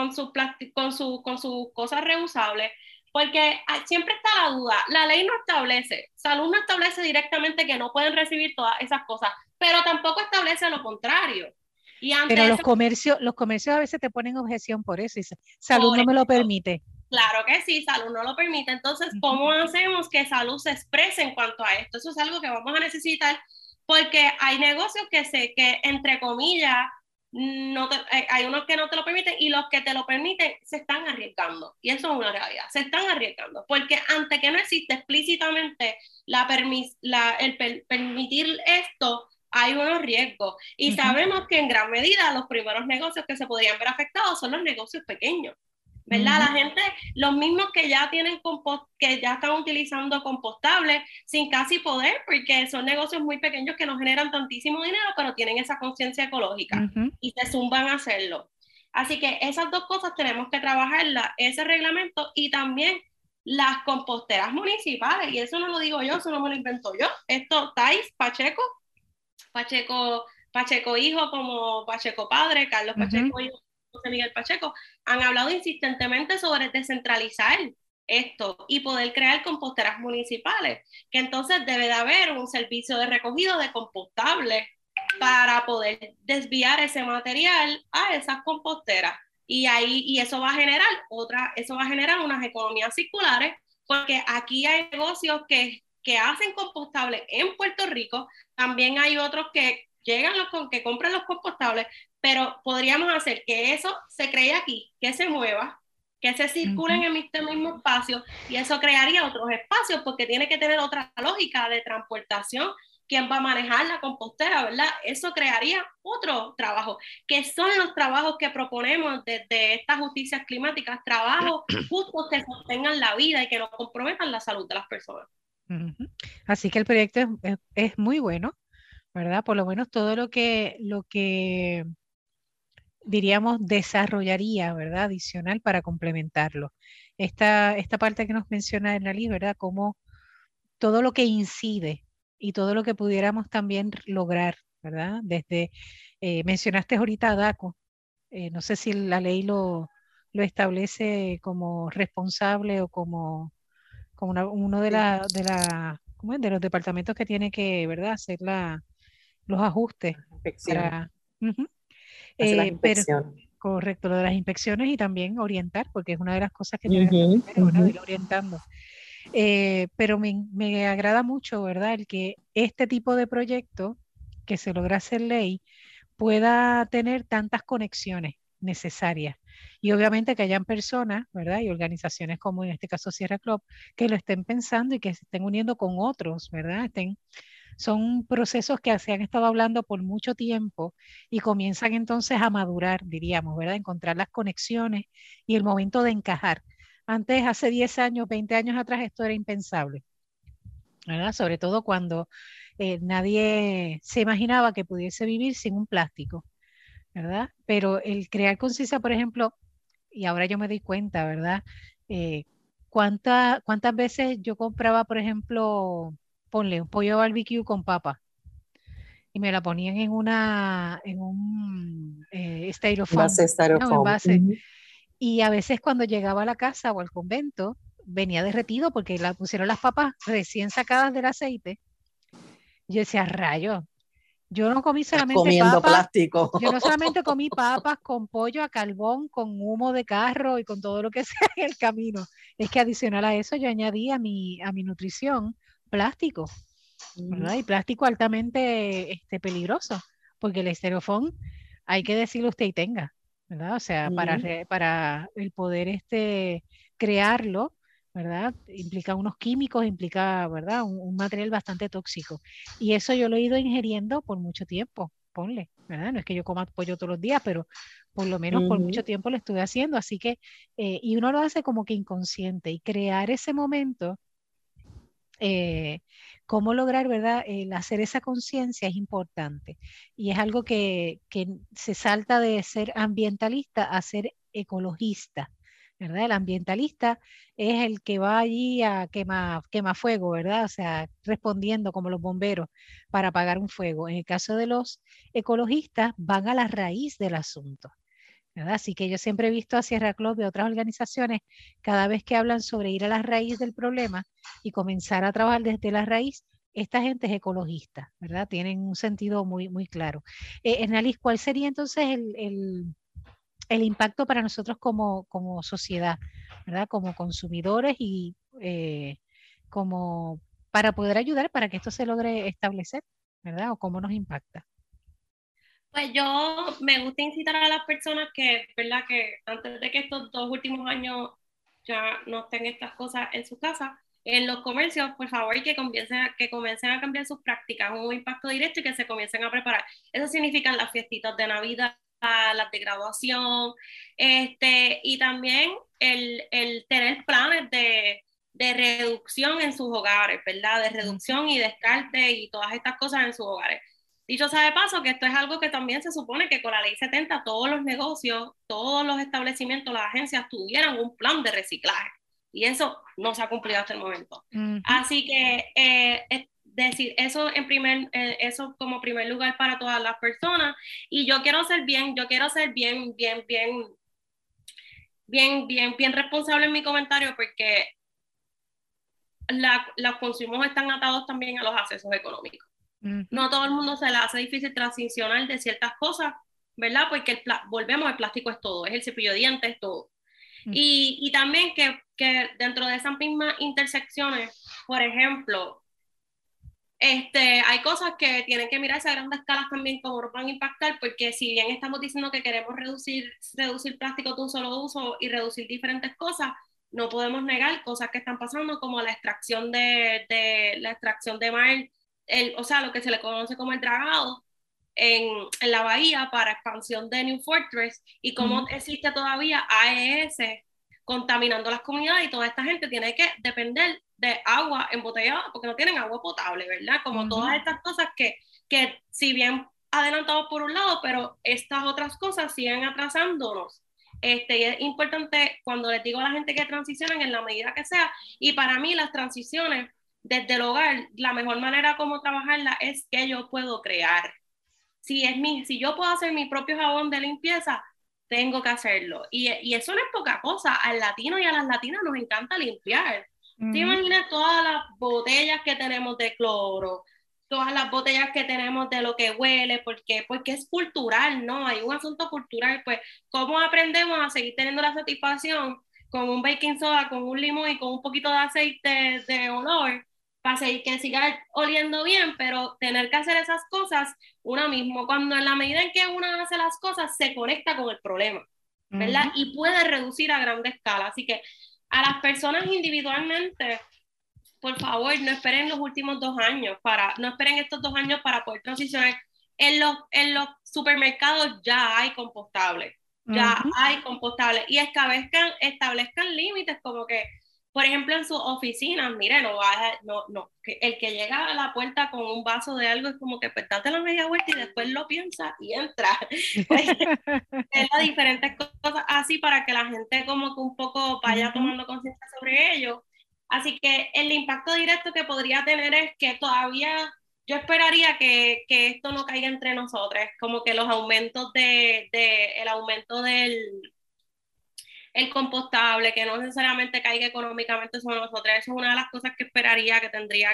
cosas reusables, porque siempre está la duda. La ley no establece, salud no establece directamente que no pueden recibir todas esas cosas, pero tampoco establece lo contrario. Pero los comercios a veces te ponen objeción por eso, y salud no me lo permite. Claro que sí, salud no lo permite. Entonces, ¿cómo hacemos que salud se exprese en cuanto a esto? Eso es algo que vamos a necesitar, porque hay negocios que entre comillas, hay unos que no te lo permiten, y los que te lo permiten se están arriesgando. Y eso es una realidad, se están arriesgando, porque ante que no existe explícitamente el permitir esto, hay unos riesgos. Y sabemos que en gran medida los primeros negocios que se podrían ver afectados son los negocios pequeños, ¿verdad? La gente, los mismos que ya tienen que ya están utilizando compostables sin casi poder, porque son negocios muy pequeños que no generan tantísimo dinero, pero tienen esa conciencia ecológica y se zumban a hacerlo. Así que esas 2 cosas tenemos que trabajarlas, ese reglamento y también las composteras municipales. Y eso no lo digo yo, eso no me lo invento yo. Esto, Taix, Pacheco hijo como Pacheco padre, Carlos Pacheco hijo, José Miguel Pacheco, han hablado insistentemente sobre descentralizar esto y poder crear composteras municipales, que entonces debe de haber un servicio de recogido de compostables para poder desviar ese material a esas composteras. Y eso va a generar unas economías circulares, porque aquí hay negocios que hacen compostables en Puerto Rico, también hay otros que que compran los compostables, pero podríamos hacer que eso se cree aquí, que se mueva, que se circulen en este mismo espacio, y eso crearía otros espacios, porque tiene que tener otra lógica de transportación. ¿Quién va a manejar la compostera, verdad? Eso crearía otro trabajo, que son los trabajos que proponemos desde estas justicias climáticas, trabajos justos que sostengan la vida y que no comprometan la salud de las personas. Así que el proyecto es muy bueno, ¿verdad? Por lo menos todo lo que diríamos desarrollaría, ¿verdad? Adicional para complementarlo. Esta parte que nos menciona Annalise, ¿verdad? Como todo lo que incide y todo lo que pudiéramos también lograr, ¿verdad? Desde, mencionaste ahorita a DACO, no sé si la ley lo establece como responsable o como uno de los departamentos que tiene que, ¿verdad?, hacer los ajustes para las inspecciones. Correcto, lo de las inspecciones, y también orientar, porque es una de las cosas que tenemos que hacer, ¿verdad?, ir orientando. Pero me agrada mucho, ¿verdad?, el que este tipo de proyectos que se logra hacer ley pueda tener tantas conexiones necesarias. Y obviamente que hayan personas, ¿verdad? Y organizaciones como en este caso Sierra Club, que lo estén pensando y que se estén uniendo con otros, ¿verdad? Son procesos que se han estado hablando por mucho tiempo y comienzan entonces a madurar, diríamos, ¿verdad? Encontrar las conexiones y el momento de encajar. Antes, hace 10 años, 20 años atrás, esto era impensable, ¿verdad? Sobre todo cuando nadie se imaginaba que pudiese vivir sin un plástico, ¿verdad? Pero el crear conciencia, por ejemplo, y ahora yo me doy cuenta, ¿verdad? Eh, ¿Cuántas veces yo compraba, por ejemplo, ponle un pollo barbecue con papa y me la ponían en un styrofoam, Base ¿no? En styrofoam. base. Y a veces cuando llegaba a la casa o al convento, venía derretido porque la pusieron las papas recién sacadas del aceite. Yo decía, rayo, yo no comí Estás solamente comiendo papas, plástico. yo no solamente comí papas con pollo a carbón, con humo de carro y con todo lo que sea en el camino. Es que adicional a eso yo añadí a mi nutrición plástico, ¿verdad? Y plástico altamente peligroso, porque el estereofón, hay que decirlo usted y tenga, ¿verdad? O sea, para el poder crearlo, ¿verdad? Implica unos químicos, implica, ¿verdad? Un material bastante tóxico. Y eso yo lo he ido ingiriendo por mucho tiempo, ponle, ¿verdad? No es que yo coma pollo todos los días, pero por lo menos por mucho tiempo lo estuve haciendo. Así que, y uno lo hace como que inconsciente y crear ese momento cómo lograr, ¿verdad? El hacer esa conciencia es importante y es algo que se salta de ser ambientalista a ser ecologista, ¿verdad? El ambientalista es el que va allí a quema fuego, ¿verdad? O sea, respondiendo como los bomberos para apagar un fuego. En el caso de los ecologistas, van a la raíz del asunto, ¿verdad? Así que yo siempre he visto a Sierra Club y otras organizaciones, cada vez que hablan sobre ir a la raíz del problema y comenzar a trabajar desde la raíz, esta gente es ecologista, ¿verdad? Tienen un sentido muy, muy claro. Ernalis, ¿cuál sería entonces el impacto para nosotros como sociedad, ¿verdad? Como consumidores y como para poder ayudar para que esto se logre establecer, ¿verdad? ¿O cómo nos impacta? Pues yo me gusta incitar a las personas que, ¿verdad? Que antes de que estos 2 últimos años ya no estén estas cosas en su casa, en los comercios, por favor, que comiencen a cambiar sus prácticas, un impacto directo y que se comiencen a preparar. Eso significan las fiestitas de Navidad, las de graduación, y también el tener planes de reducción en sus hogares, ¿verdad? De reducción y descarte y todas estas cosas en sus hogares. Dicho sea de paso, que esto es algo que también se supone que con la ley 70 todos los negocios, todos los establecimientos, las agencias tuvieran un plan de reciclaje. Y eso no se ha cumplido hasta el momento. Así que es decir, eso como primer lugar para todas las personas. Y yo quiero ser bien responsable en mi comentario porque los consumos están atados también a los accesos económicos. No a todo el mundo se le hace difícil transicionar de ciertas cosas, ¿verdad? Porque volvemos, el plástico es todo, es el cepillo de dientes, es todo. Y también que dentro de esas mismas intersecciones, por ejemplo, hay cosas que tienen que mirarse a grandes escalas también cómo nos van a impactar, porque si bien estamos diciendo que queremos reducir plástico de un solo uso y reducir diferentes cosas, no podemos negar cosas que están pasando como la extracción de mar, o sea, lo que se le conoce como el dragado en la bahía para expansión de New Fortress y cómo existe todavía AES contaminando las comunidades y toda esta gente tiene que depender de agua embotellada porque no tienen agua potable, ¿verdad? Como todas estas cosas que si bien adelantamos por un lado, pero estas otras cosas siguen atrasándonos. Y es importante cuando les digo a la gente que transicionen en la medida que sea, y para mí las transiciones desde el hogar, la mejor manera como trabajarla es que yo puedo crear. Si yo puedo hacer mi propio jabón de limpieza, tengo que hacerlo. Y eso no es poca cosa. Al latino y a las latinas nos encanta limpiar. ¿Te imaginas todas las botellas que tenemos de cloro? Todas las botellas que tenemos de lo que huele, porque es cultural, ¿no? Hay un asunto cultural, pues, ¿cómo aprendemos a seguir teniendo la satisfacción con un baking soda, con un limón y con un poquito de aceite de olor que siga oliendo bien, pero tener que hacer esas cosas uno mismo, cuando en la medida en que uno hace las cosas, se conecta con el problema, ¿verdad? Y puede reducir a grande escala. Así que a las personas individualmente, por favor, no esperen los últimos 2 años no esperen estos 2 años para poder transicionar. En los supermercados ya hay compostables, y establezcan límites como que, por ejemplo, en sus oficinas, mire, el que llega a la puerta con un vaso de algo es como que pues date la media vuelta y después lo piensa y entra. Pues, las diferentes cosas así para que la gente como que un poco vaya tomando conciencia sobre ello. Así que el impacto directo que podría tener es que todavía yo esperaría que esto no caiga entre nosotros, como que los aumentos el aumento del el compostable, que no necesariamente caiga económicamente sobre nosotros. Eso es una de las cosas que esperaría que tendría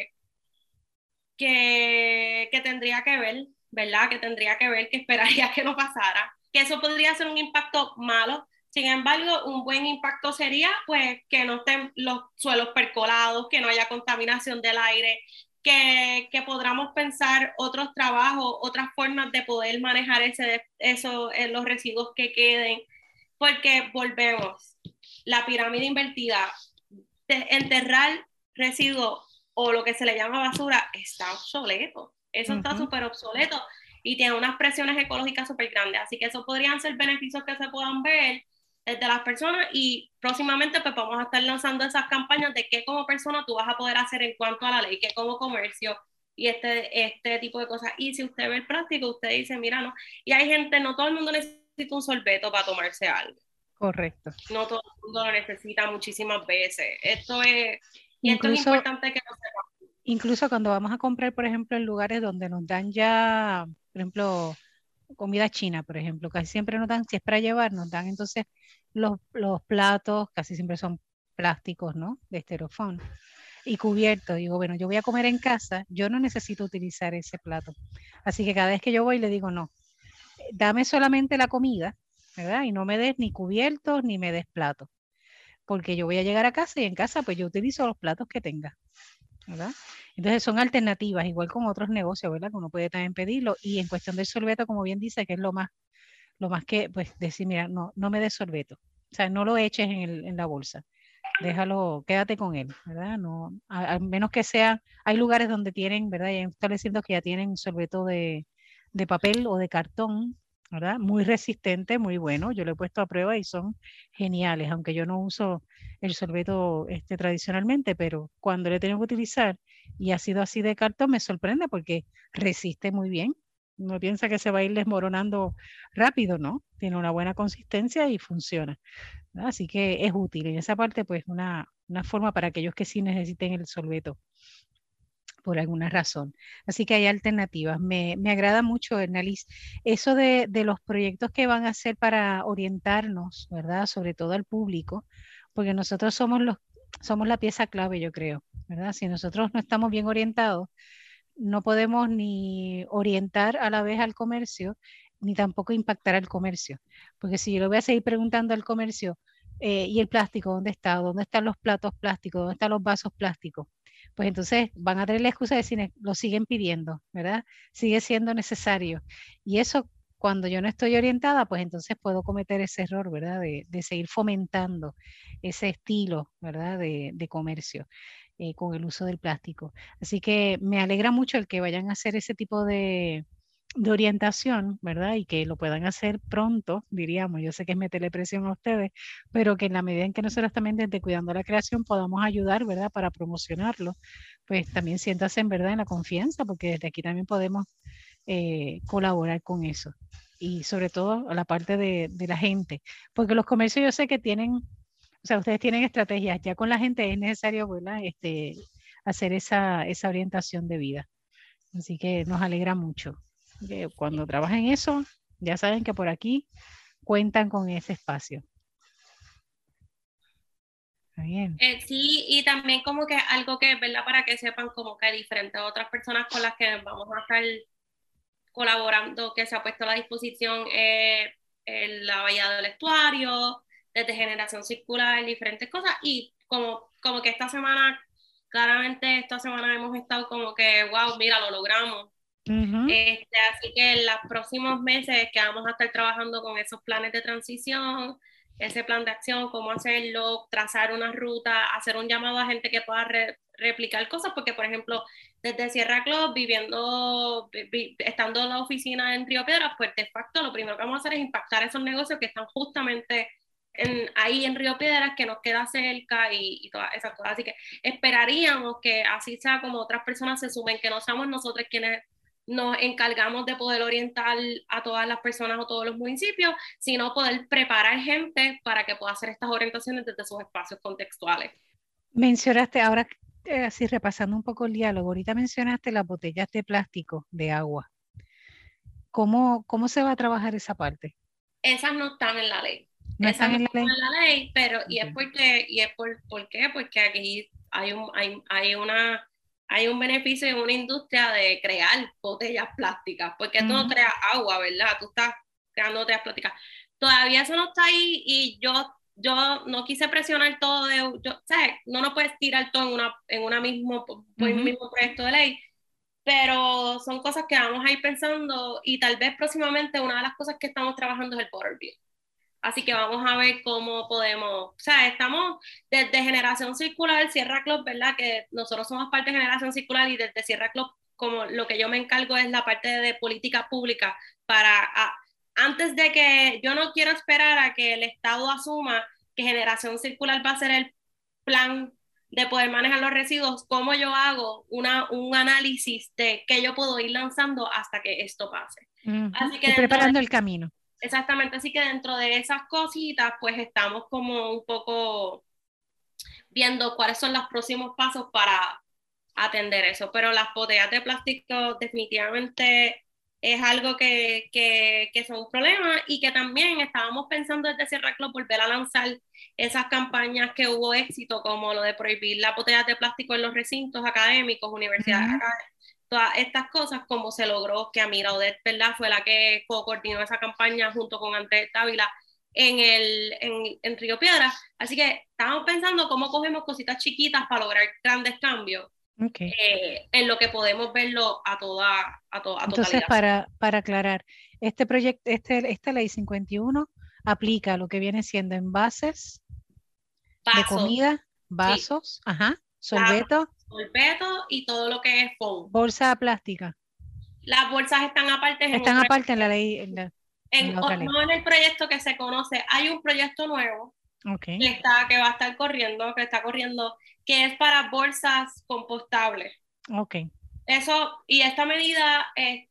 que tendría que ver, ¿verdad? Que tendría que ver, que esperaría que no pasara. Que eso podría ser un impacto malo. Sin embargo, un buen impacto sería pues que no estén los suelos percolados, que no haya contaminación del aire, que podamos pensar otros trabajos, otras formas de poder manejar los residuos que queden, porque volvemos, la pirámide invertida, enterrar residuos o lo que se le llama basura está obsoleto. Eso está súper obsoleto y tiene unas presiones ecológicas súper grandes. Así que eso podrían ser beneficios que se puedan ver desde las personas y próximamente pues vamos a estar lanzando esas campañas de qué como persona tú vas a poder hacer en cuanto a la ley, qué como comercio y este tipo de cosas. Y si usted ve el plástico, usted dice, mira, no. Y hay gente, no todo el mundo necesita un sorbeto para tomarse algo. Correcto. No todo el mundo lo necesita muchísimas veces. Esto es Incluso, importante que lo sepan. incluso cuando vamos a comprar, por ejemplo, en lugares donde nos dan ya, por ejemplo, comida china, por ejemplo, casi siempre nos dan, si es para llevar, nos dan entonces los platos, casi siempre son plásticos, ¿no? De esterofoam y cubiertos. Digo, bueno, yo voy a comer en casa, yo no necesito utilizar ese plato. Así que cada vez que yo voy le digo, no, dame solamente la comida, ¿verdad? Y no me des ni cubiertos ni me des platos, porque yo voy a llegar a casa y en casa pues yo utilizo los platos que tenga, ¿verdad? Entonces son alternativas, igual con otros negocios, ¿verdad? Que uno puede también pedirlo. Y en cuestión del sorbeto, como bien dice, que es lo más que, pues decir, mira, no me des sorbeto. O sea, no lo eches en la bolsa. Déjalo, quédate con él, ¿verdad? No, al menos que sea, hay lugares donde tienen, ¿verdad? Y hay establecimientos que ya tienen sorbeto de papel o de cartón, ¿verdad? Muy resistente, muy bueno. Yo lo he puesto a prueba y son geniales, aunque yo no uso el sorbeto tradicionalmente, pero cuando lo he tenido que utilizar y ha sido así de cartón, me sorprende porque resiste muy bien. Uno piensa que se va a ir desmoronando rápido, ¿no? Tiene una buena consistencia y funciona, ¿no? Así que es útil. En esa parte, pues, una forma para aquellos que sí necesiten el sorbeto por alguna razón. Así que hay alternativas. Me agrada mucho, Ernalis, eso de los proyectos que van a hacer para orientarnos, ¿verdad? Sobre todo al público, porque nosotros somos la pieza clave, yo creo, ¿verdad? Si nosotros no estamos bien orientados, no podemos ni orientar a la vez al comercio, ni tampoco impactar al comercio. Porque si yo le voy a seguir preguntando al comercio, ¿y el plástico dónde está? ¿Dónde están los platos plásticos? ¿Dónde están los vasos plásticos? Pues entonces van a tener la excusa de decir, lo siguen pidiendo, ¿verdad? Sigue siendo necesario. Y eso, cuando yo no estoy orientada, pues entonces puedo cometer ese error, ¿verdad? De seguir fomentando ese estilo, ¿verdad? De comercio con el uso del plástico. Así que me alegra mucho el que vayan a hacer ese tipo de orientación, ¿verdad? Y que lo puedan hacer pronto, diríamos. Yo sé que es meterle presión a ustedes, pero que en la medida en que nosotros también desde Cuidando la Creación podamos ayudar, ¿verdad? Para promocionarlo, pues también siéntase en verdad en la confianza, porque desde aquí también podemos colaborar con eso. Y sobre todo a la parte de la gente, porque los comercios yo sé que tienen, o sea, ustedes tienen estrategias, ya con la gente es necesario, ¿verdad? Hacer esa orientación de vida. Así que nos alegra mucho. Que cuando trabajen eso, ya saben que por aquí cuentan con ese espacio. Está bien. Sí, y también como que algo que, ¿verdad? Para que sepan como que hay diferentes otras personas con las que vamos a estar colaborando, que se ha puesto a la disposición la Bahía del Estuario, desde Generación Circular, diferentes cosas, y como que esta semana claramente esta semana hemos estado como que, wow, mira, lo logramos. Así que en los próximos meses que vamos a estar trabajando con esos planes de transición, ese plan de acción, cómo hacerlo, trazar una ruta, hacer un llamado a gente que pueda replicar cosas, porque por ejemplo, desde Sierra Club, estando en la oficina en Río Piedras, pues de facto lo primero que vamos a hacer es impactar esos negocios que están justamente ahí en Río Piedras, que nos queda cerca y todas esas cosas. Así que esperaríamos que así sea como otras personas se sumen, que no seamos nosotros quienes nos encargamos de poder orientar a todas las personas o todos los municipios, sino poder preparar gente para que pueda hacer estas orientaciones desde sus espacios contextuales. Mencionaste, ahora así repasando un poco el diálogo, ahorita mencionaste las botellas de plástico de agua. ¿Cómo se va a trabajar esa parte? Esas no están en la ley. No están en la ley, pero ¿por qué? Porque aquí hay un beneficio en una industria de crear botellas plásticas, porque tú no creas agua, ¿verdad? Tú estás creando botellas plásticas. Todavía eso no está ahí y yo no quise presionar todo ¿sabes? No nos puedes tirar todo en un mismo proyecto de ley, pero son cosas que vamos a ir pensando y tal vez próximamente una de las cosas que estamos trabajando es el Power Bill. Así que vamos a ver cómo podemos, o sea, estamos desde Generación Circular, Sierra Club, ¿verdad? Que nosotros somos parte de Generación Circular y desde Sierra Club, como lo que yo me encargo es la parte de política pública antes de que, yo no quiero esperar a que el Estado asuma que Generación Circular va a ser el plan de poder manejar los residuos, cómo yo hago un análisis de qué yo puedo ir lanzando hasta que esto pase. Así que preparando el camino. Exactamente, así que dentro de esas cositas, pues estamos como un poco viendo cuáles son los próximos pasos para atender eso. Pero las botellas de plástico definitivamente es algo que son un problema y que también estábamos pensando desde Sierra Club volver a lanzar esas campañas que hubo éxito, como lo de prohibir las botellas de plástico en los recintos académicos, universidades académicas, todas estas cosas, como se logró que Amira Odette, ¿verdad? Fue la que coordinó esa campaña junto con Andrés Dávila en Río Piedras. Así que estábamos pensando cómo cogemos cositas chiquitas para lograr grandes cambios. En lo que podemos verlo a Entonces, totalidad. para aclarar, este proyecto, esta ley 51 aplica a lo que viene siendo envases de comida, vasos, sorbetos. Sorbetos y todo lo que es foam. Bolsa plástica. Las bolsas están aparte. Están aparte en la ley. No en el proyecto que se conoce. Hay un proyecto nuevo que va a estar corriendo, que es para bolsas compostables. Eso, y esta medida,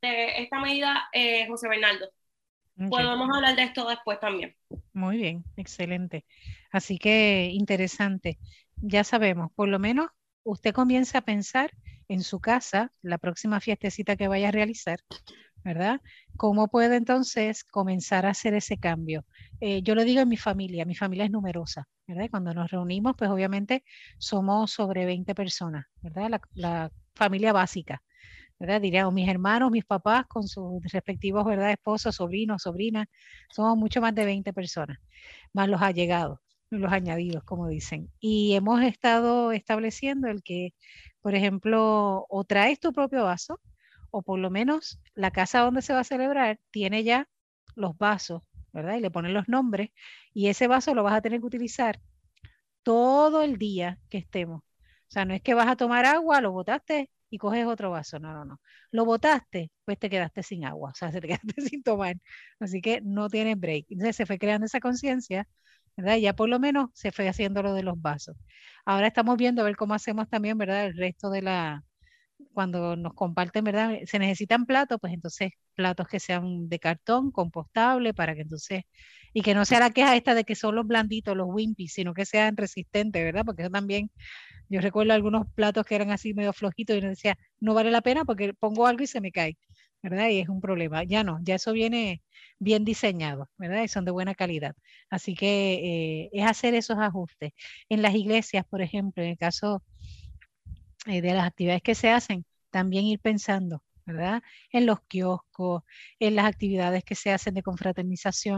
José Bernardo. Podemos hablar de esto después también. Muy bien, excelente. Así que interesante. Ya sabemos, por lo menos usted comienza a pensar en su casa, la próxima fiestecita que vaya a realizar, ¿verdad? ¿Cómo puede entonces comenzar a hacer ese cambio? Yo lo digo en mi familia es numerosa, ¿verdad? Cuando nos reunimos, pues obviamente somos sobre 20 personas, ¿verdad? La familia básica, ¿verdad? Diríamos mis hermanos, mis papás con sus respectivos, ¿verdad? Esposos, sobrinos, sobrinas, somos mucho más de 20 personas, más los allegados, los añadidos, como dicen. Y hemos estado estableciendo el que, por ejemplo, o traes tu propio vaso, o por lo menos la casa donde se va a celebrar tiene ya los vasos, ¿verdad? Y le ponen los nombres, y ese vaso lo vas a tener que utilizar todo el día que estemos. O sea, no es que vas a tomar agua, lo botaste y coges otro vaso. No, no, no. Lo botaste, pues te quedaste sin agua, o sea, te quedaste sin tomar. Así que no tienes break. Entonces se fue creando esa conciencia, ¿verdad? Ya por lo menos se fue haciendo lo de los vasos. Ahora estamos viendo a ver cómo hacemos también, ¿verdad? El resto de cuando nos comparten, ¿verdad? Se necesitan platos, pues entonces platos que sean de cartón, compostable, para que entonces, y que no sea la queja esta de que son los blanditos, los wimpy, sino que sean resistentes, ¿verdad? Porque eso también, yo recuerdo algunos platos que eran así medio flojitos y uno decía, no vale la pena porque pongo algo y se me cae, ¿verdad? Y es un problema. Ya no, ya eso viene bien diseñado, ¿verdad? Y son de buena calidad. Así que es hacer esos ajustes. En las iglesias, por ejemplo, en el caso de las actividades que se hacen, también ir pensando, ¿verdad? En los kioscos, en las actividades que se hacen de confraternización,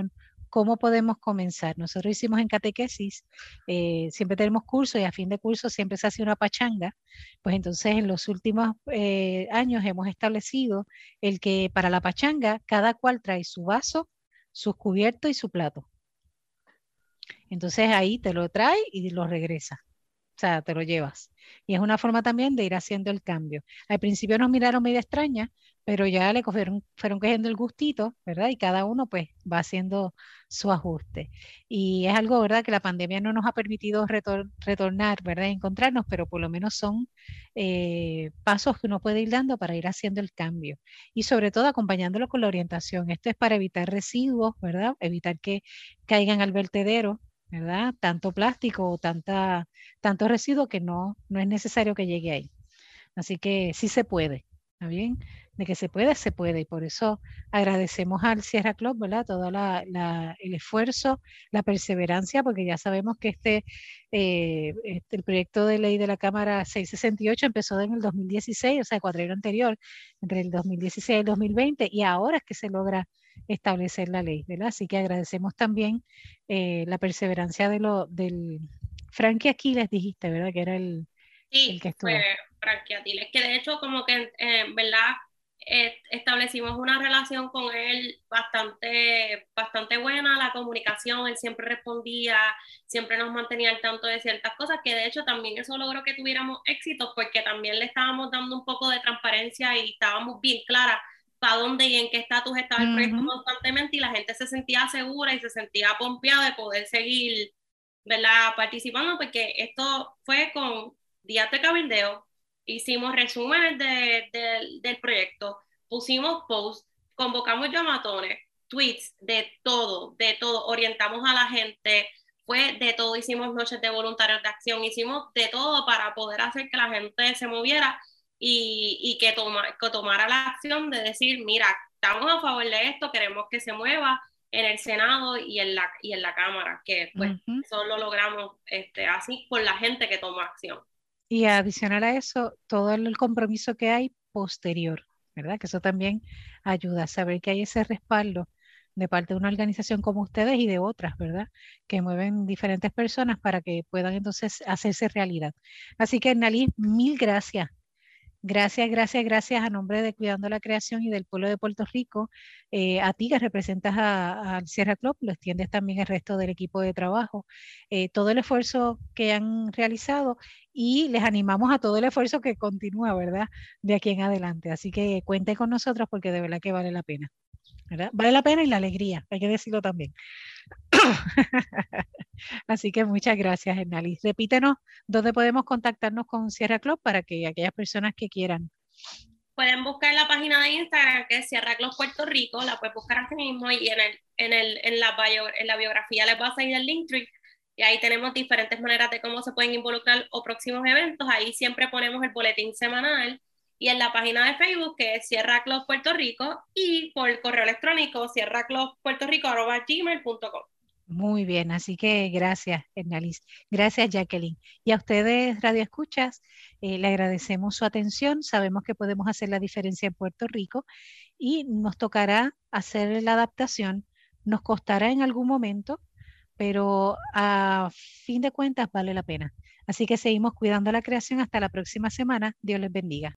¿cómo podemos comenzar? Nosotros hicimos en catequesis, siempre tenemos cursos y a fin de curso siempre se hace una pachanga, pues entonces en los últimos años hemos establecido el que para la pachanga cada cual trae su vaso, sus cubiertos y su plato. Entonces ahí te lo trae y lo regresa. O sea, te lo llevas. Y es una forma también de ir haciendo el cambio. Al principio nos miraron medio extraña, pero ya le fueron cogiendo el gustito, ¿verdad? Y cada uno pues va haciendo su ajuste. Y es algo, ¿verdad? Que la pandemia no nos ha permitido retornar, ¿verdad? Encontrarnos, pero por lo menos son pasos que uno puede ir dando para ir haciendo el cambio. Y sobre todo acompañándolo con la orientación. Esto es para evitar residuos, ¿verdad? Evitar que caigan al vertedero, ¿verdad? Tanto plástico o tanto residuo que no es necesario que llegue ahí. Así que sí se puede, ¿está bien? De que se puede, se puede. Y por eso agradecemos al Sierra Club, ¿verdad? Todo el esfuerzo, la perseverancia, porque ya sabemos que el proyecto de ley de la Cámara 668 empezó en el 2016, o sea, el cuatrienio anterior, entre el 2016 y el 2020, y ahora es que se logra establecer la ley, ¿verdad? Así que agradecemos también la perseverancia del Frankie Aquiles, dijiste, ¿verdad? Que era el que estuvo. Fue Frankie Aquiles, que de hecho como que, ¿verdad? Establecimos una relación con él bastante buena, la comunicación, él siempre respondía, siempre nos mantenía al tanto de ciertas cosas, que de hecho también eso logró que tuviéramos éxito, porque también le estábamos dando un poco de transparencia y estábamos bien claras para dónde y en qué estatus estaba el proyecto constantemente, y la gente se sentía segura y se sentía pompeada de poder seguir, ¿verdad?, participando, porque esto fue con días de cabildeo, hicimos resúmenes del proyecto, pusimos posts, convocamos llamatones, tweets, de todo, orientamos a la gente, fue de todo, hicimos noches de voluntarios de acción, hicimos de todo para poder hacer que la gente se moviera y que tomara la acción de decir, mira, estamos a favor de esto, queremos que se mueva en el Senado y en la Cámara, que pues eso lo logramos así por la gente que tomó acción. Y adicional a eso, todo el compromiso que hay posterior, ¿verdad? Que eso también ayuda a saber que hay ese respaldo de parte de una organización como ustedes y de otras, ¿verdad? Que mueven diferentes personas para que puedan entonces hacerse realidad. Así que, Nalí, mil gracias. Gracias a nombre de Cuidando la Creación y del pueblo de Puerto Rico, a ti que representas al Sierra Club, lo extiendes también al resto del equipo de trabajo, todo el esfuerzo que han realizado, y les animamos a todo el esfuerzo que continúa, ¿verdad? De aquí en adelante. Así que cuente con nosotros porque de verdad que vale la pena, ¿verdad? Vale la pena y la alegría, hay que decirlo también. Así que muchas gracias, Hernalis. Repítenos dónde podemos contactarnos con Sierra Club para que aquellas personas que quieran. Pueden buscar la página de Instagram, que es Sierra Club Puerto Rico, la puedes buscar así mismo, y en la biografía les va a salir el Linktree, y ahí tenemos diferentes maneras de cómo se pueden involucrar o próximos eventos. Ahí siempre ponemos el boletín semanal, y en la página de Facebook, que es Sierra Club Puerto Rico, y por correo electrónico, sierraclubpuertorico@gmail.com. Muy bien, así que gracias, Hernalis. Gracias, Jacqueline. Y a ustedes, Radio Escuchas, le agradecemos su atención. Sabemos que podemos hacer la diferencia en Puerto Rico y nos tocará hacer la adaptación. Nos costará en algún momento, pero a fin de cuentas vale la pena. Así que seguimos cuidando la creación. Hasta la próxima semana. Dios les bendiga.